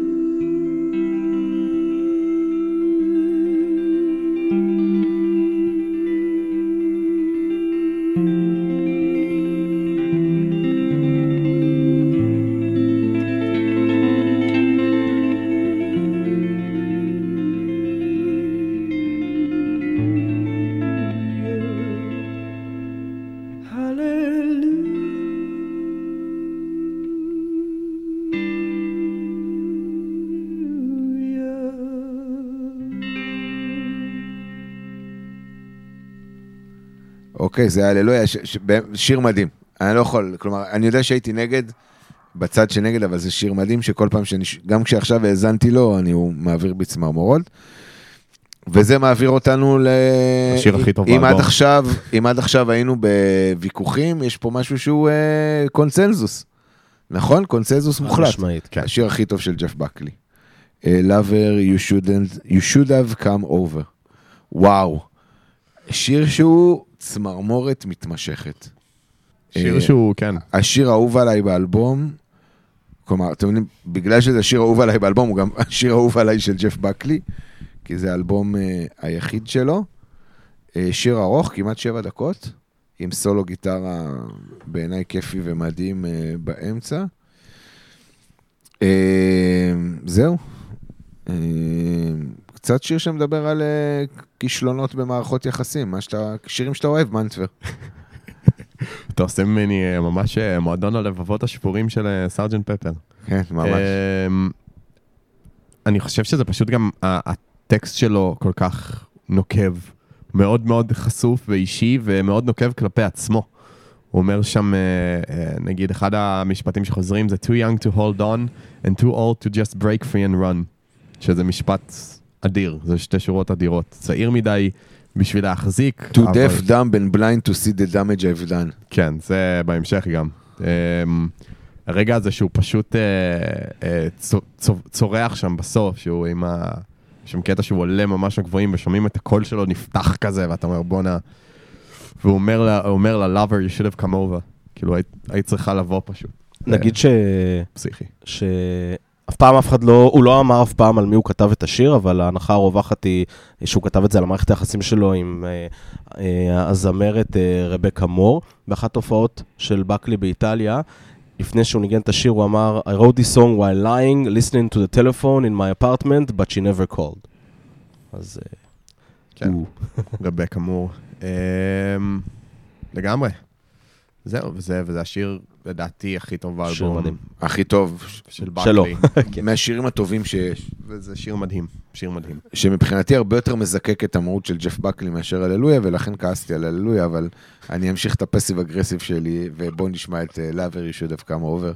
אוקיי, זה הללויה, שיר מדהים. אני לא יכול, כלומר, אני יודע שהייתי נגד, בצד שנגד, אבל זה שיר מדהים, שכל פעם שאני, גם כשעכשיו האזנתי לו, אני הוא מעביר בי צמרמורות, וזה מעביר אותנו ל... השיר הכי טוב אם באלבום. עד עכשיו, אם עד עכשיו היינו בוויכוחים, יש פה משהו שהוא אה, קונצנזוס. נכון? קונסנזוס מוחלט. משמעית, כן. השיר הכי טוב של ג'ף בקלי. Uh, Lover, you shouldn't, you should have come over. וואו. שיר שהוא צמרמורת מתמשכת. שיר שהוא, כן. השיר האהוב עליי באלבום, כלומר, אתם יודעים, בגלל שזה השיר האהוב עליי באלבום, הוא גם השיר האהוב עליי של ג'ף בקלי, כי זה האלבום uh, היחיד שלו. Uh, שיר ארוך, כמעט שבע דקות, עם סולו גיטרה בעיניי כיפי ומדהים uh, באמצע. Uh, זהו. Uh, קצת שיר שמדבר על uh, כישלונות במערכות יחסים, מה שאתה, שירים שאתה אוהב, מנטבר. אתה עושה ממני ממש מועדון הלבבות השבורים של סארג'נט פפר. כן, ממש. אני חושב שזה פשוט גם, הטקסט שלו כל כך נוקב, מאוד מאוד חשוף ואישי, ומאוד נוקב כלפי עצמו. הוא אומר שם, נגיד, אחד המשפטים שחוזרים, זה too young to hold on, and too old to just break free and run. שזה משפט אדיר, זה שתי שורות אדירות. צעיר מדי, בשביל להחזיק. To deaf, dumb and blind to see the damage I've done. כן, זה בהמשך גם. הרגע הזה שהוא פשוט צורח שם בסוף, שהוא עם ה... שם קטע שהוא עולה ממש הגבוהים, ושומעים את הקול שלו נפתח כזה, ואתה אומר בונה... והוא אומר לה, lover, you should have come over. כאילו, היית צריכה לבוא פשוט. נגיד ש... פסיכי. ש... אף פעם אף אחד לא, הוא לא אמר אף פעם על מי הוא כתב את השיר, אבל ההנחה הרווחת היא שהוא כתב את זה על המערכת היחסים שלו עם אה, אה, הזמרת אה, רבקה מור. באחת הופעות של בקלי באיטליה, לפני שהוא ניגן את השיר, הוא אמר, I wrote this song while lying, listening to the telephone in my apartment, but she never called. אז... אה, כן, הוא... רבקה מור. אה, לגמרי. זהו, וזה, וזה השיר, לדעתי, הכי טוב באלבום. הכי טוב של בקלי. מהשירים הטובים שיש. וזה שיר מדהים, שיר מדהים. שמבחינתי הרבה יותר מזקק את המהות של ג'ף בקלי מאשר הללויה, ולכן כעסתי על הללויה, אבל אני אמשיך את הפסיב אגרסיב שלי, ובואו נשמע את Lover, You Should Have Come Over.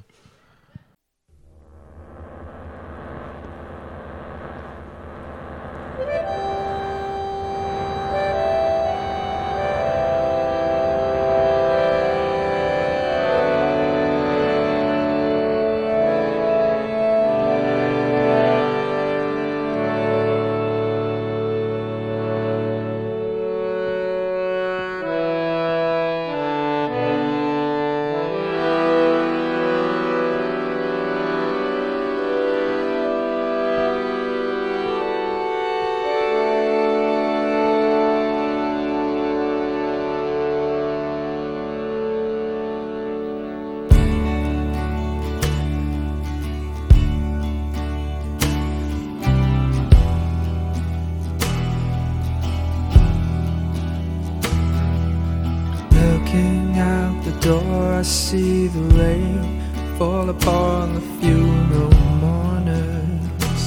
I see the rain fall upon the funeral mourners,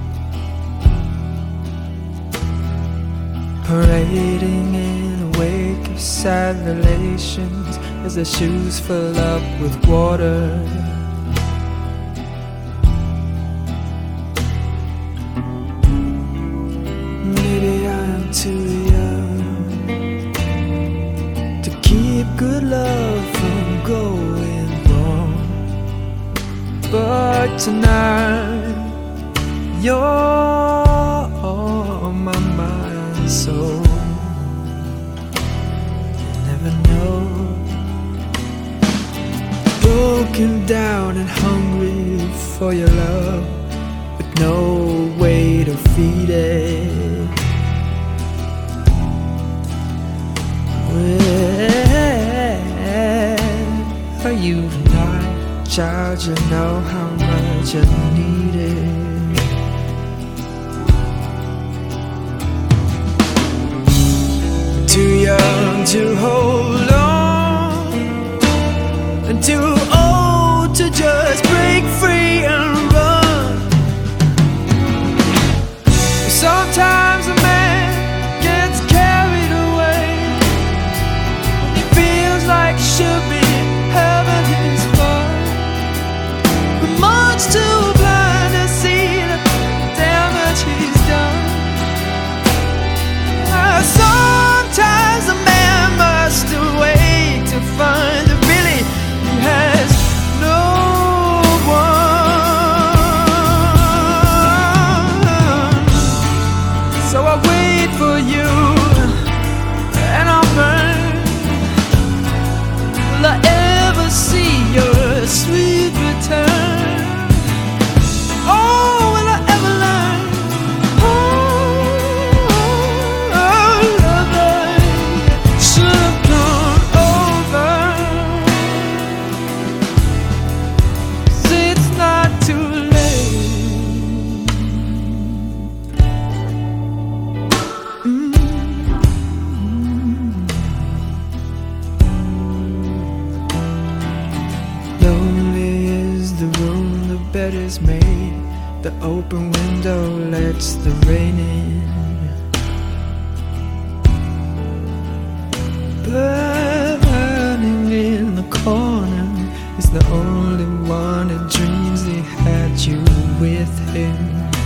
parading in a wake of sad relations as their shoes fill up with water. Maybe I'm too young to keep good love from going wrong, but tonight you're on my mind, so you never know. Broken down and hungry for your love, with no way to feed it. Where are you tonight, child? You know how much I need it. Too young to hold on, and too old to just break free and run. Sometimes a man gets carried away, he feels like should be having his fun, but much too blind to see the damage he's done. Uh, sometimes a man must is made. The open window lets the rain in. Burning in the corner is the only one who dreams he had you with him.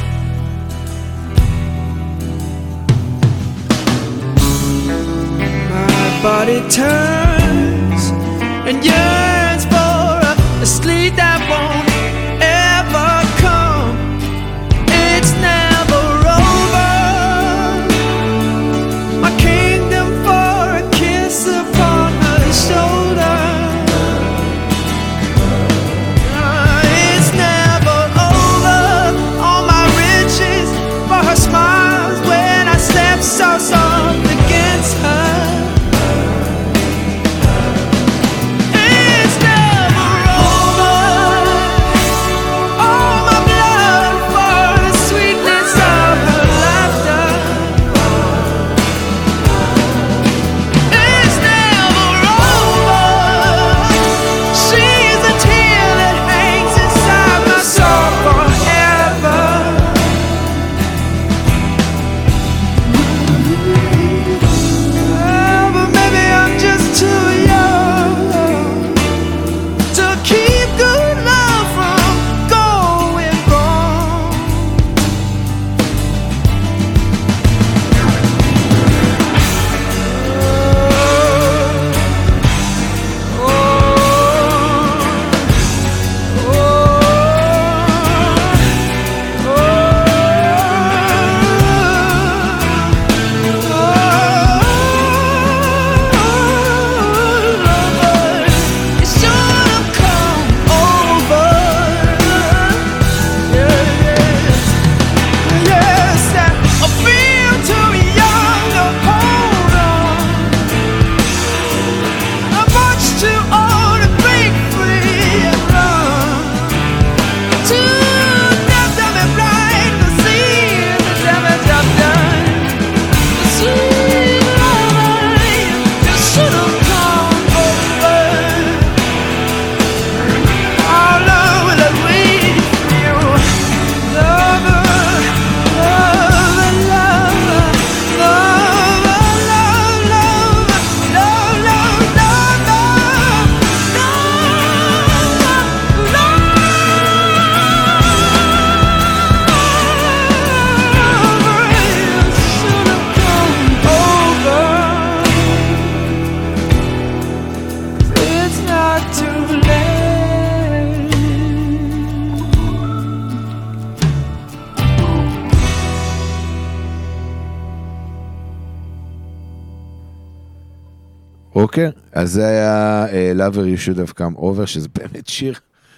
My body turns and yearns for a, a sleep that won't ever come. It's never over. My kingdom for a kiss upon her shoulder. Uh, it's never over. All my riches for her smiles when I step so soft against her. אוקיי, אז זה היה uh, Lover You Should Have Come Over, שזה באמת שיר.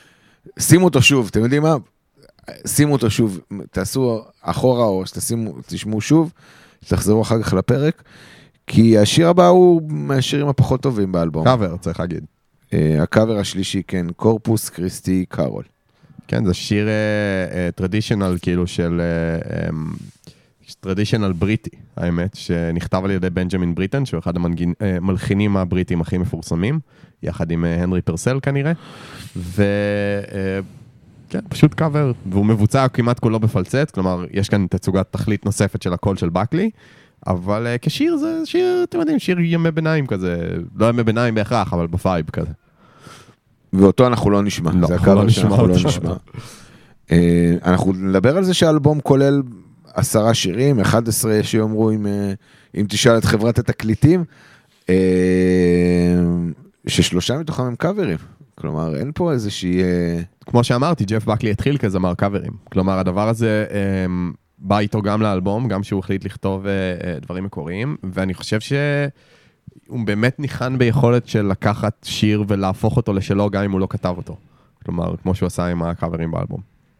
שימו אותו שוב, אתם יודעים מה? שימו אותו שוב, תעשו אחורה או שתשימו, תשמעו שוב, תחזרו אחר כך לפרק, כי השיר הבא הוא מהשירים הפחות טובים באלבום. קאבר, צריך להגיד. Uh, הקאבר השלישי, כן, קורפוס קריסטי קארול. כן, זה שיר טרדישיונל, uh, uh, כאילו של... Uh, um, טרדישיונל בריטי, האמת, שנכתב על ידי בנג'מין בריטן, שהוא אחד המלחינים הבריטים הכי מפורסמים, יחד עם הנרי פרסל כנראה, ו... כן, פשוט קאבר, והוא מבוצע כמעט כולו בפלצט, כלומר, יש כאן תצוגת תכלית נוספת של הקול של בקלי, אבל כשיר זה שיר, אתם יודעים, שיר ימי ביניים כזה, לא ימי ביניים בהכרח, אבל בפייב כזה. ואותו אנחנו לא נשמע, לא, זה הקאבר לא שאנחנו לא אותו. נשמע. אנחנו נדבר על זה שהאלבום כולל עשרה שירים, אחד עשרה שיאמרו אם, אם תשאל את חברת התקליטים, ששלושה מתוכם הם קאברים. כלומר, אין פה איזושהי... כמו שאמרתי, ג'ף בקלי התחיל כזמר קאברים. כלומר, הדבר הזה בא איתו גם לאלבום, גם שהוא החליט לכתוב דברים מקוריים, ואני חושב שהוא באמת ניחן ביכולת של לקחת שיר ולהפוך אותו לשלו, גם אם הוא לא כתב אותו. כלומר, כמו שהוא עשה עם הקאברים באלבום.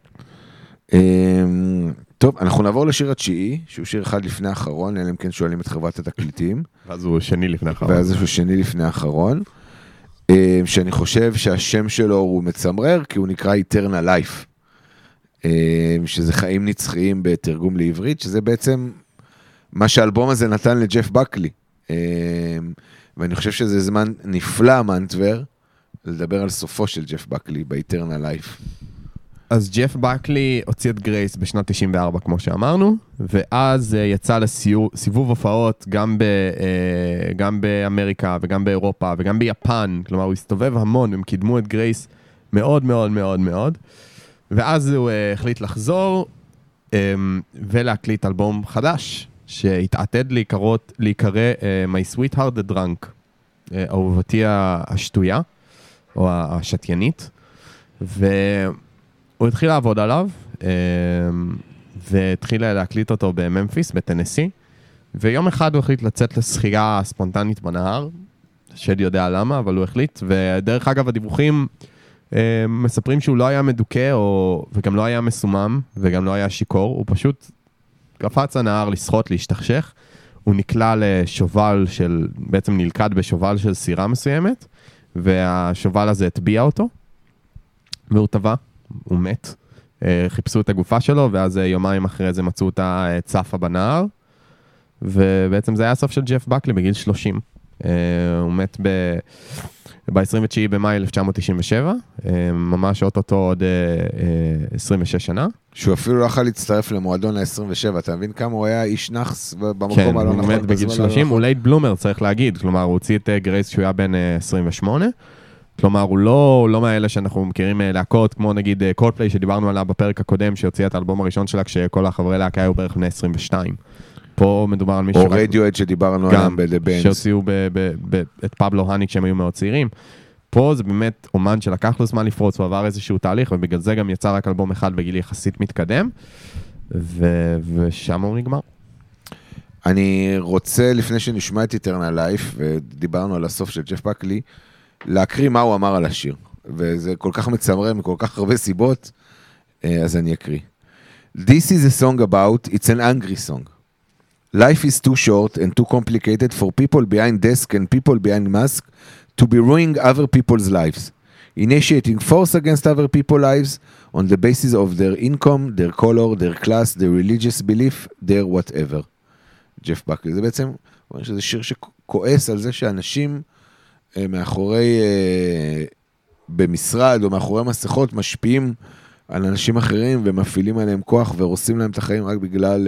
טוב, אנחנו נעבור לשיר התשיעי, שהוא שיר אחד לפני האחרון, אלא אם כן שואלים את חברת התקליטים. ואז הוא שני לפני האחרון. ואז הוא שני לפני האחרון, שאני חושב שהשם שלו הוא מצמרר, כי הוא נקרא Eternal Life, שזה חיים נצחיים בתרגום לעברית, שזה בעצם מה שהאלבום הזה נתן לג'ף בקלי. ואני חושב שזה זמן נפלא, מנטבר, לדבר על סופו של ג'ף בקלי, ב-Eternal Life. אז ג'ף בקלי הוציא את גרייס בשנת תשעים וארבע, כמו שאמרנו, ואז יצא לסיבוב הופעות גם, ב, גם באמריקה וגם באירופה וגם ביפן, כלומר הוא הסתובב המון, הם קידמו את גרייס מאוד מאוד מאוד מאוד, ואז הוא החליט לחזור ולהקליט אלבום חדש, שהתעתד להיקרות, להיקרא My Sweetheart the Drunk, אהובתי השטויה, או השתיינית, ו... הוא התחיל לעבוד עליו, והתחיל להקליט אותו בממפיס, בטנסי, ויום אחד הוא החליט לצאת לשחייה ספונטנית בנהר, שד יודע למה, אבל הוא החליט, ודרך אגב הדיווחים מספרים שהוא לא היה מדוכא, או... וגם לא היה מסומם, וגם לא היה שיקור, הוא פשוט קפץ הנהר לשחות, להשתכשך, הוא נקלע לשובל של, בעצם נלכד בשובל של סירה מסוימת, והשובל הזה הטביע אותו, והוא טבע. הוא מת, חיפשו את הגופה שלו, ואז יומיים אחרי זה מצאו אותה צפה בנהר, ובעצם זה היה הסוף של ג'ף בקלי בגיל שלושים. הוא מת ב-עשרים ותשעה במאי אלף תשע מאות תשעים ושבע, ממש אוטוטו עוד עשרים ושש שנה. שהוא אפילו לא יכול להצטרף למועדון ל-עשרים ושבע, אתה מבין כמה הוא היה איש נחס במקום כן, הלא הוא נכון? מת בגיל שלושים, הוא לייט בלומר צריך להגיד, כלומר הוא הוציא את גרייס שהוא היה בן עשרים ושמונה, כלומר, הוא לא, לא מהאלה שאנחנו מכירים להקות, כמו נגיד קולדפליי שדיברנו עליו בפרק הקודם, שהוציאה את האלבום הראשון שלה, כשכל החברי להקה היו בערך בני עשרים ושתיים. פה מדובר על מישהו... או רדיואד שדיברנו עליהם ב-The Bands. שהוציאו את פבלו הני כשהם היו מאוד צעירים. פה זה באמת אומן שלקח לו זמן לפרוץ, הוא עבר איזשהו תהליך, ובגלל זה גם יצא רק אלבום אחד בגיל יחסית מתקדם, ו- ושם הוא נגמר. אני רוצה, לפני שנשמע את Eternal Life, ודיברנו על הסוף של ג'ף בקלי, להקריא מה הוא אמר על השיר, וזה כל כך מצמרר מכל כך הרבה סיבות, אז אני אקריא. This is a song about, it's an angry song. Life is too short and too complicated for people behind desk and people behind mask to be ruining other people's lives, initiating force against other people's lives on the basis of their income, their color, their class, their religious belief, their whatever. ג'ף בקלי, זה בעצם, זה שיר שכועס על זה שאנשים מאחורי, במשרד או מאחורי מסכות, משפיעים על אנשים אחרים ומפעילים עליהם כוח ורוסים להם את החיים רק בגלל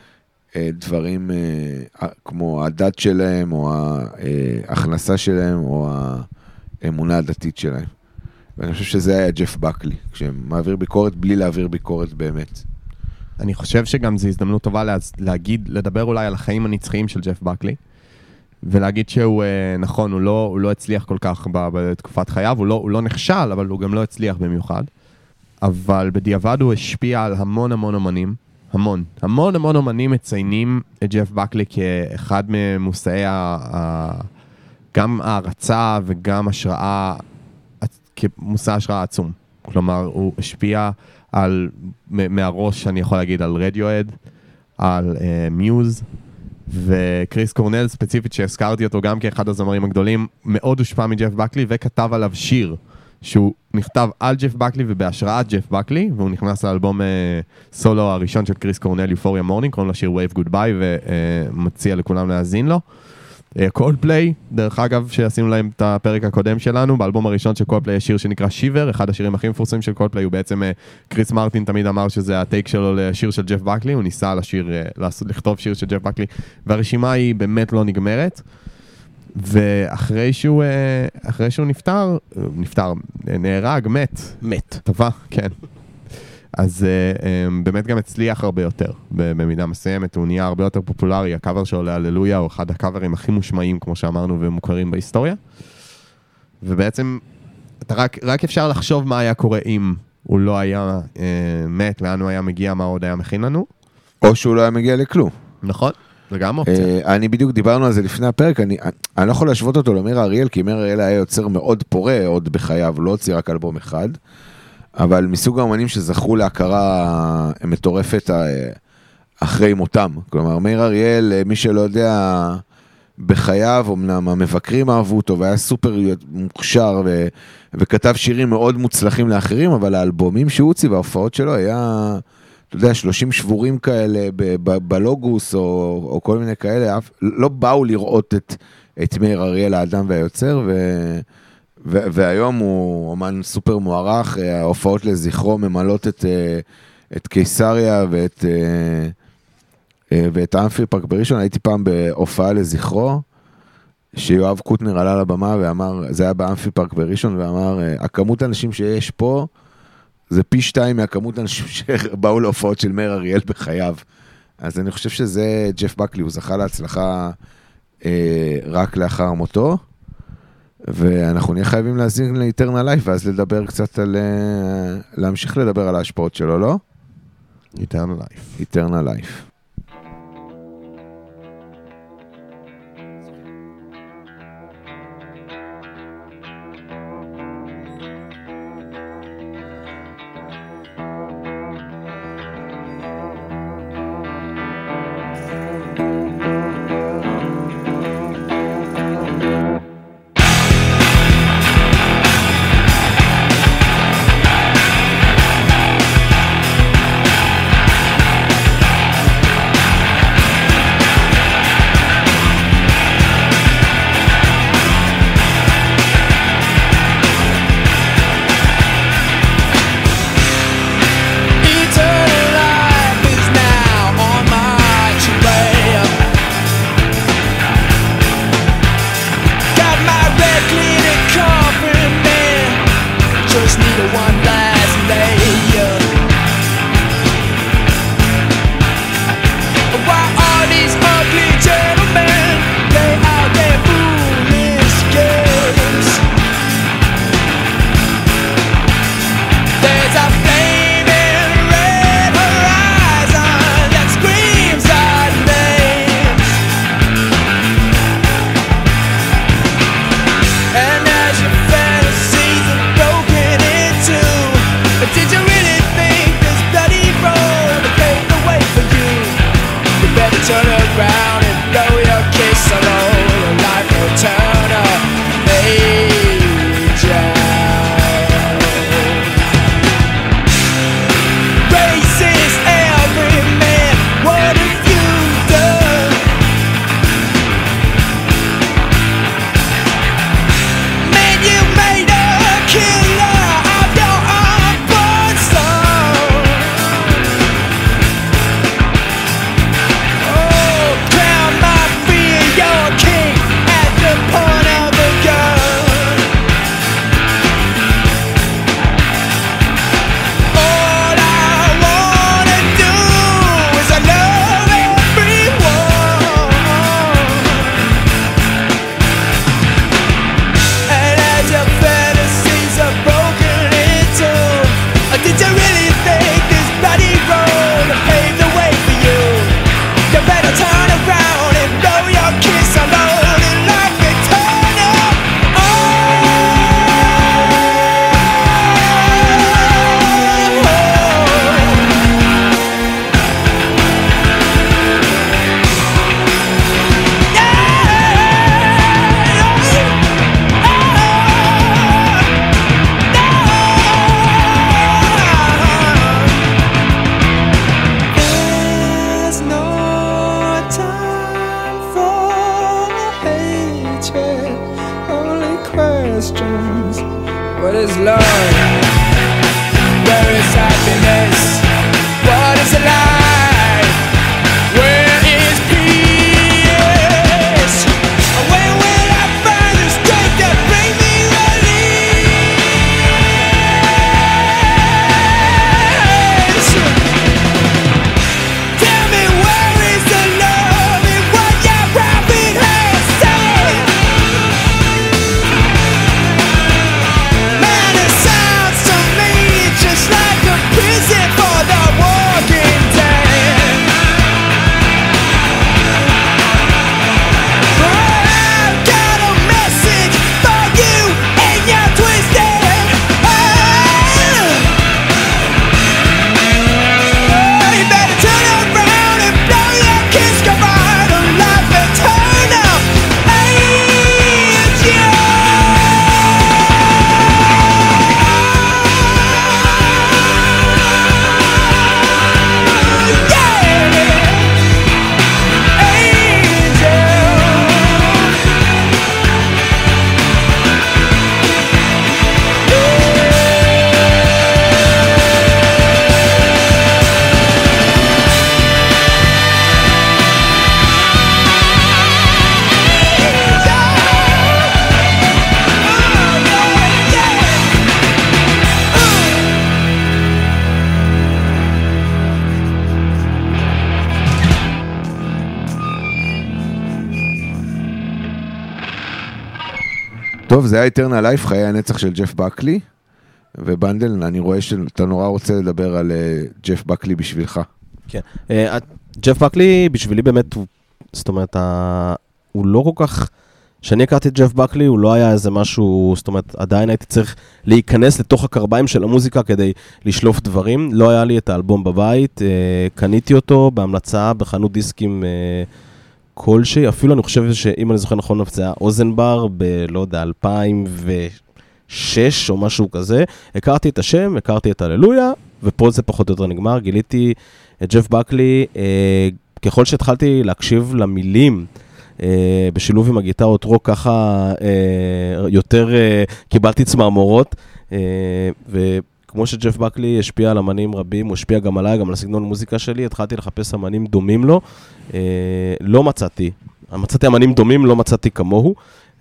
דברים כמו הדת שלהם או ההכנסה שלהם או האמונה הדתית שלהם. ואני חושב שזה היה ג'ף בקלי, כשמעביר ביקורת בלי להעביר ביקורת באמת. אני חושב שגם זו הזדמנות טובה להגיד, לדבר אולי על החיים הנצחיים של ג'ף בקלי, ולהגיד שהוא, נכון, הוא לא, הוא לא הצליח כל כך בתקופת חייו, הוא לא, הוא לא נכשל, אבל הוא גם לא הצליח במיוחד. אבל בדיעבד הוא השפיע על המון המון אומנים, המון, המון המון אומנים מציינים את ג'ף בקלי כאחד ממושאי ה... גם הערצה וגם השראה, כמושא השראה עצום. כלומר, הוא השפיע על, מהראש אני יכול להגיד, על רדיואד, על מיוז, וקריס קורנל ספציפית שהזכרתי אותו גם כאחד הזמרים הגדולים, מאוד הושפע מג'ף בקלי וכתב עליו שיר שהוא נכתב על ג'ף בקלי ובהשראת ג'ף בקלי, והוא נכנס לאלבום סולו הראשון של קריס קורנל, יופוריה מורנינג, קוראים לשיר Wave Goodbye, ומציע לכולם להאזין לו. קולדפליי, דרך אגב, שעשינו להם את הפרק הקודם שלנו, באלבום הראשון של קולדפליי יש שיר שנקרא שיבר, אחד השירים הכי מפורסמים של קולדפליי, הוא בעצם, קריס מרטין תמיד אמר שזה הטייק שלו לשיר של ג'ף בקלי, הוא ניסה לשיר, לכתוב שיר של ג'ף בקלי, והרשימה היא באמת לא נגמרת, ואחרי שהוא, אחרי שהוא נפטר, נפטר, נהרג, מת. מת. טובה, כן. אז um, באמת גם הצליח הרבה יותר, במידה מסוימת, הוא נהיה הרבה יותר פופולרי, הקאבר שלו להללויה, הוא אחד הקאברים הכי מושמעים, כמו שאמרנו, ומוכרים בהיסטוריה, ובעצם, אתה רק, רק אפשר לחשוב מה היה קורה אם הוא לא היה uh, מת, לאן הוא היה מגיע, מה עוד היה מכין לנו. או שהוא לא היה מגיע לכלום. נכון, זה גם אופציה. Uh, אני בדיוק דיברנו על זה לפני הפרק, אני, אני לא יכול להשוות אותו למאיר אריאל, כי מאיר אריאל היה יוצר מאוד פורה עוד בחייו, לא הוציא רק אלבום אחד, אבל מסוג האמנים שזכו להכרה מטורפת אחרי מותם. כלומר, מאיר אריאל, מי שלא יודע, בחייו, אמנם המבקרים אהבו אותו, והיה סופר מוכשר, ו- וכתב שירים מאוד מוצלחים לאחרים, אבל האלבומים שהוא הוציא וההופעות שלו היה, אתה יודע, שלושים שבורים כאלה ב- ב- בלוגוס, או, או כל מיני כאלה, לא באו לראות את, את מאיר אריאל, האדם והיוצר, ו... ו- והיום הוא אומן סופר מוערך, ההופעות לזכרו ממלאות את, את קיסריה ואת, ואת האמפי פארק בראשון. הייתי פעם בהופעה לזכרו, שיואב קוטנר עלה לבמה ואמר, זה היה באמפי פארק בראשון, ואמר, הכמות האנשים שיש פה, זה פי שתיים מהכמות האנשים שבאו להופעות של מאיר אריאל בחייו. אז אני חושב שזה ג'ף בקלי, הוא זכה להצלחה אה, רק לאחר מותו, ואנחנו נהיה חייבים להזין לאיטרנל לייף, ואז לדבר קצת על, אה, להמשיך לדבר על ההשפעות שלו, לא? איטרנל לייף. איטרנל לייף. Man, it sounds to me just like a prison for the walking dead. טוב, זה היה Eternal Life, חיי הנצח של ג'ף בקלי, ובנדל, אני רואה שאתה נורא רוצה לדבר על ג'ף בקלי בשבילך. כן. ג'ף בקלי בשבילי באמת, זאת אומרת, הוא לא כל כך, כשאני הכרתי את ג'ף בקלי, הוא לא היה איזה משהו, זאת אומרת, עדיין הייתי צריך להיכנס לתוך הקרביים של המוזיקה כדי לשלוף דברים. לא היה לי את האלבום בבית, קניתי אותו בהמלצה בחנות דיסקים כלשהי, אפילו אני חושב שאם אני זוכר נכון, זה היה אוזנבר ב, לא יודע, אלפיים ושש או משהו כזה. הכרתי את השם, הכרתי את הללויה, ופה זה פחות או יותר נגמר. גיליתי את ג'ף בקלי, ככל שהתחלתי להקשיב למילים, בשילוב עם הגיטרות רוק, ככה יותר קיבלתי צמרמורות, וכמו שג'ף בקלי השפיע על אמנים רבים, הוא השפיע גם עליי, גם על הסגנון מוזיקה שלי, התחלתי לחפש אמנים דומים לו, לא מצאתי, מצאתי אמנים דומים, לא מצאתי כמוהו,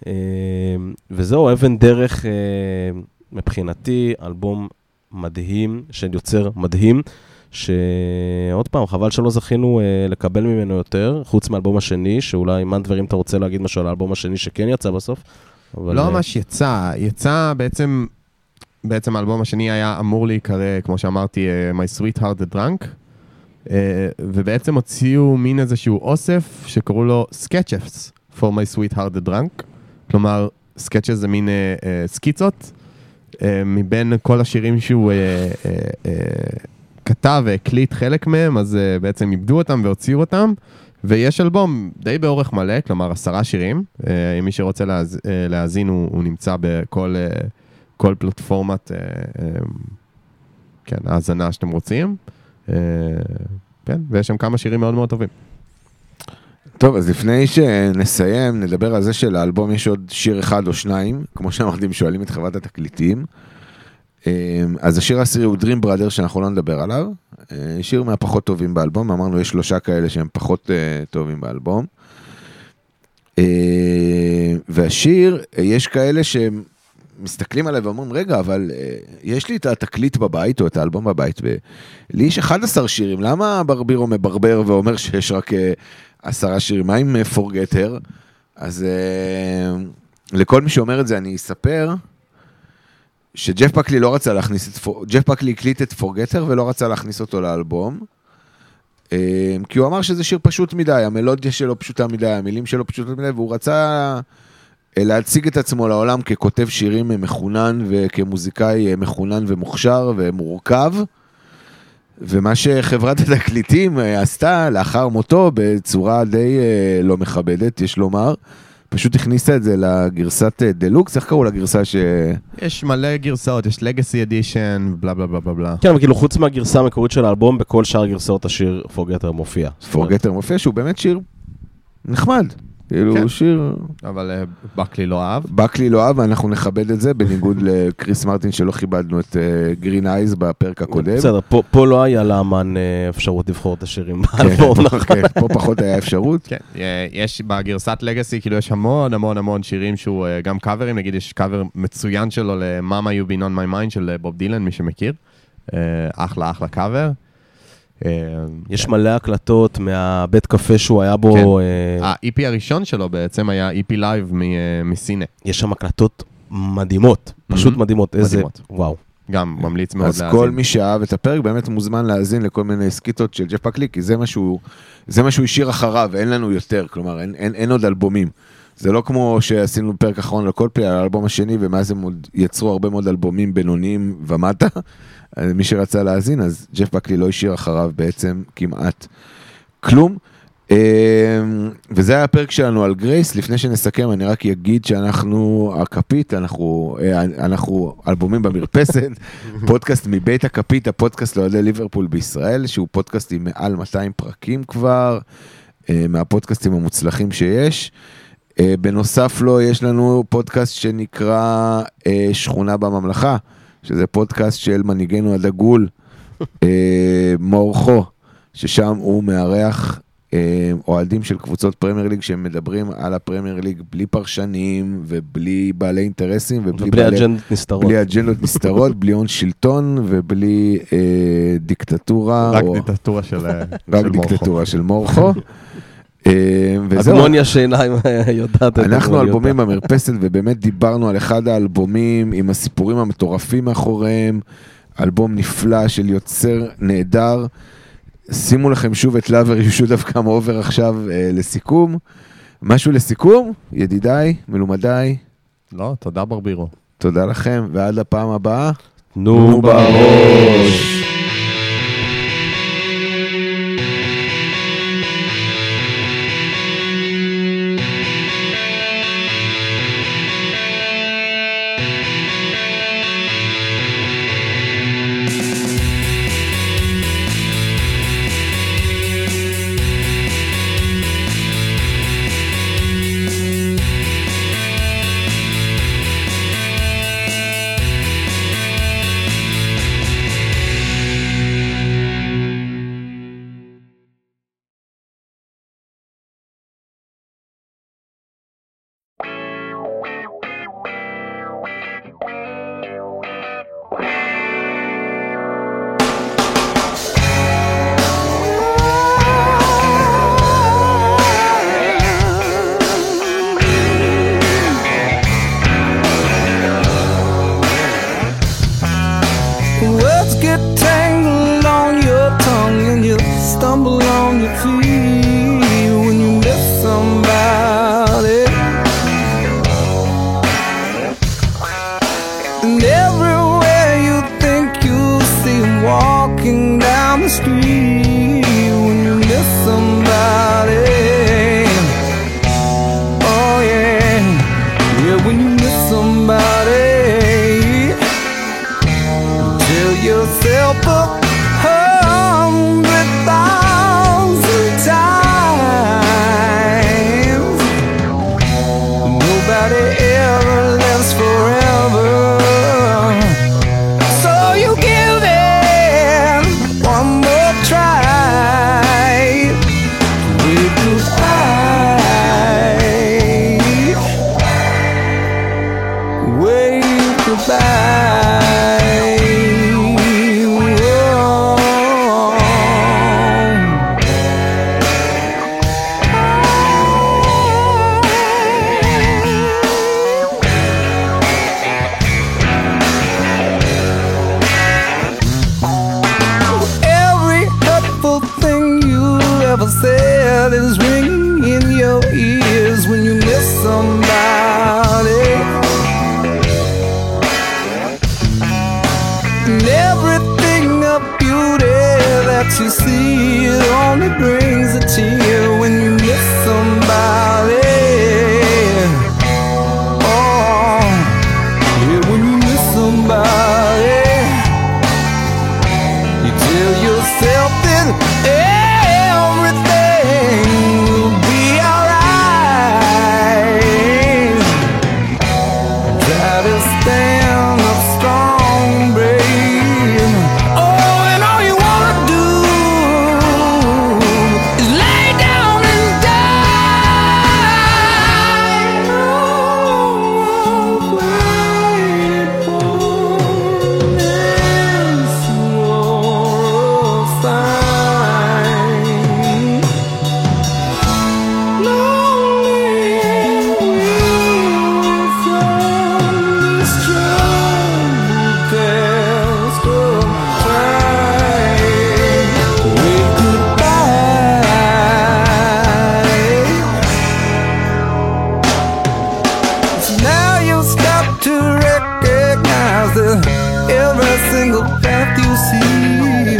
וזהו, אבן דרך מבחינתי, אלבום מדהים, של יוצר מדהים, שעוד פעם, חבל שלא זכינו אה, לקבל ממנו יותר, חוץ מאלבום השני, שאולי מה דברים אתה רוצה להגיד משהו על האלבום השני שכן יצא בסוף? אבל, לא אה... ממש יצא, יצא בעצם, בעצם האלבום השני היה אמור להיקרא, כמו שאמרתי, uh, My Sweetheart the Drunk, uh, ובעצם הוציאו מין איזשהו אוסף שקראו לו Sketches for My Sweetheart the Drunk, כלומר, Sketches זה מין uh, uh, סקיצות, uh, מבין כל השירים שהוא... Uh, uh, uh, כתב והקליט חלק מהם, אז uh, בעצם איבדו אותם והוציאו אותם, ויש אלבום די באורך מלא, כלומר עשרה שירים, uh, אם מי שרוצה להז, uh, להאזין, הוא, הוא נמצא בכל uh, כל פלטפורמת, uh, um, כן, ההאזנה שאתם רוצים, uh, כן, ויש שם כמה שירים מאוד מאוד טובים. טוב, אז לפני שנסיים, נדבר על זה שלאלבום יש עוד שיר אחד או שניים, כמו שאמרתי, אם שואלים את חברת התקליטים, אז השיר העשירי הוא Dream Brother, שאנחנו לא נדבר עליו, שיר מהפחות טובים באלבום, אמרנו יש שלושה כאלה שהם פחות טובים באלבום, והשיר, יש כאלה שמסתכלים עליו ואומרים, רגע, אבל יש לי את התקליט בבית, או את האלבום בבית, ולי יש אחד עשר שירים, למה ברבירו מברבר ואומר שיש רק עשרה שירים, מה עם Forgetter? אז לכל מי שאומר את זה אני אספר, שג'ף בקלי לא רצה להכניס את, ג'ף בקלי הקליט את Forgetter ולא רצה להכניס אותו לאלבום, כי הוא אמר שזה שיר פשוט מדי, המלודיה שלו פשוטה מדי, המילים שלו פשוטות מדי, והוא רצה להציג את עצמו לעולם ככותב שירים מחונן וכמוזיקאי מחונן ומוכשר ומורכב, ומה שחברת התקליטים עשתה לאחר מותו בצורה די לא מכבדת, יש לומר, פשוט הכניסה את זה לגרסת דלוקס, איך קראו לגרסה ש... יש מלא גרסאות, יש Legacy Edition, בלה בלה בלה בלה. כן, אבל כאילו חוץ מהגרסה המקורית של האלבום, בכל שאר גרסאות השיר Forgetter מופיע. Forgetter מופיע, שהוא באמת שיר נחמד. כאילו שיר... אבל בקלי לא אהב. בקלי לא אהב, ואנחנו נכבד את זה, בניגוד לקריס מרטין שלא כיבדנו את Green Eyes בפרק הקודם. בסדר, פה לא היה לאמן אפשרות לבחור את השירים באלבום. פה פחות היה אפשרות. כן, יש בגרסת לגאסי, כאילו יש המון המון המון שירים שהוא גם קאברים, נגיד יש קאבר מצוין שלו ל-Mama You Been On My Mind של בוב דילן, מי שמכיר. אחלה אחלה קאבר. יש מלא הקלטות מהבית קפה שהוא היה בו. ה-אי פי הראשון שלו בעצם היה אי פי לייב מסינה. יש שם הקלטות מדהימות, פשוט מדהימות. איזה, וואו. גם ממליץ מאוד להאזין. אז כל מי שאהב את הפרק באמת מוזמן להאזין לכל מיני סקיטות של ג'ף בקלי, כי זה משהו, זה משהו השאיר אחריו, ואין לנו יותר, כלומר, אין, אין, אין עוד אלבומים. זה לא כמו שעשינו פרק אחרון לכל פלי על האלבום השני, ומאז הם יצרו הרבה מאוד אלבומים בינוניים ומטה. מי שרצה להאזין, אז ג'ף בקלי לא השאיר אחריו בעצם כמעט כלום. וזה היה הפרק שלנו על גרייס. לפני שנסכם, אני רק אגיד שאנחנו הכפית, אנחנו, אנחנו אלבומים במרפסת, פודקאסט מבית הכפית, הפודקאסט לאוהדי ליברפול בישראל, שהוא פודקאסט עם מעל מאתיים פרקים כבר, מהפודקאסטים המוצלחים שיש. בנוסף לו, יש לנו פודקאסט שנקרא שכונה בממלכה, שזה פודקאסט של מנהיגנו הדגול, מורחו, ששם הוא מארח אוהדים של קבוצות פרמייר ליג, שהם מדברים על הפרמייר ליג בלי פרשנים, ובלי בעלי אינטרסים, ובלי אג'נדות נסתרות. בלי אג'נדות נסתרות, בלי הון שלטון, ובלי דיקטטורה. רק דיקטטורה של מורחו. רק דיקטטורה של מורחו. וזהו, הגמוניה שעיניים יודעת. אנחנו אלבומים במרפסת, ובאמת דיברנו על אחד האלבומים עם הסיפורים המטורפים מאחוריהם, אלבום נפלא של יוצר נהדר. שימו לכם שוב את Lover You Should Have Come Over עכשיו לסיכום. משהו לסיכום, ידידיי, מלומדיי. לא, תודה ברבירו. תודה לכם, ועד לפעם הבאה. נו בראש. Every single path you see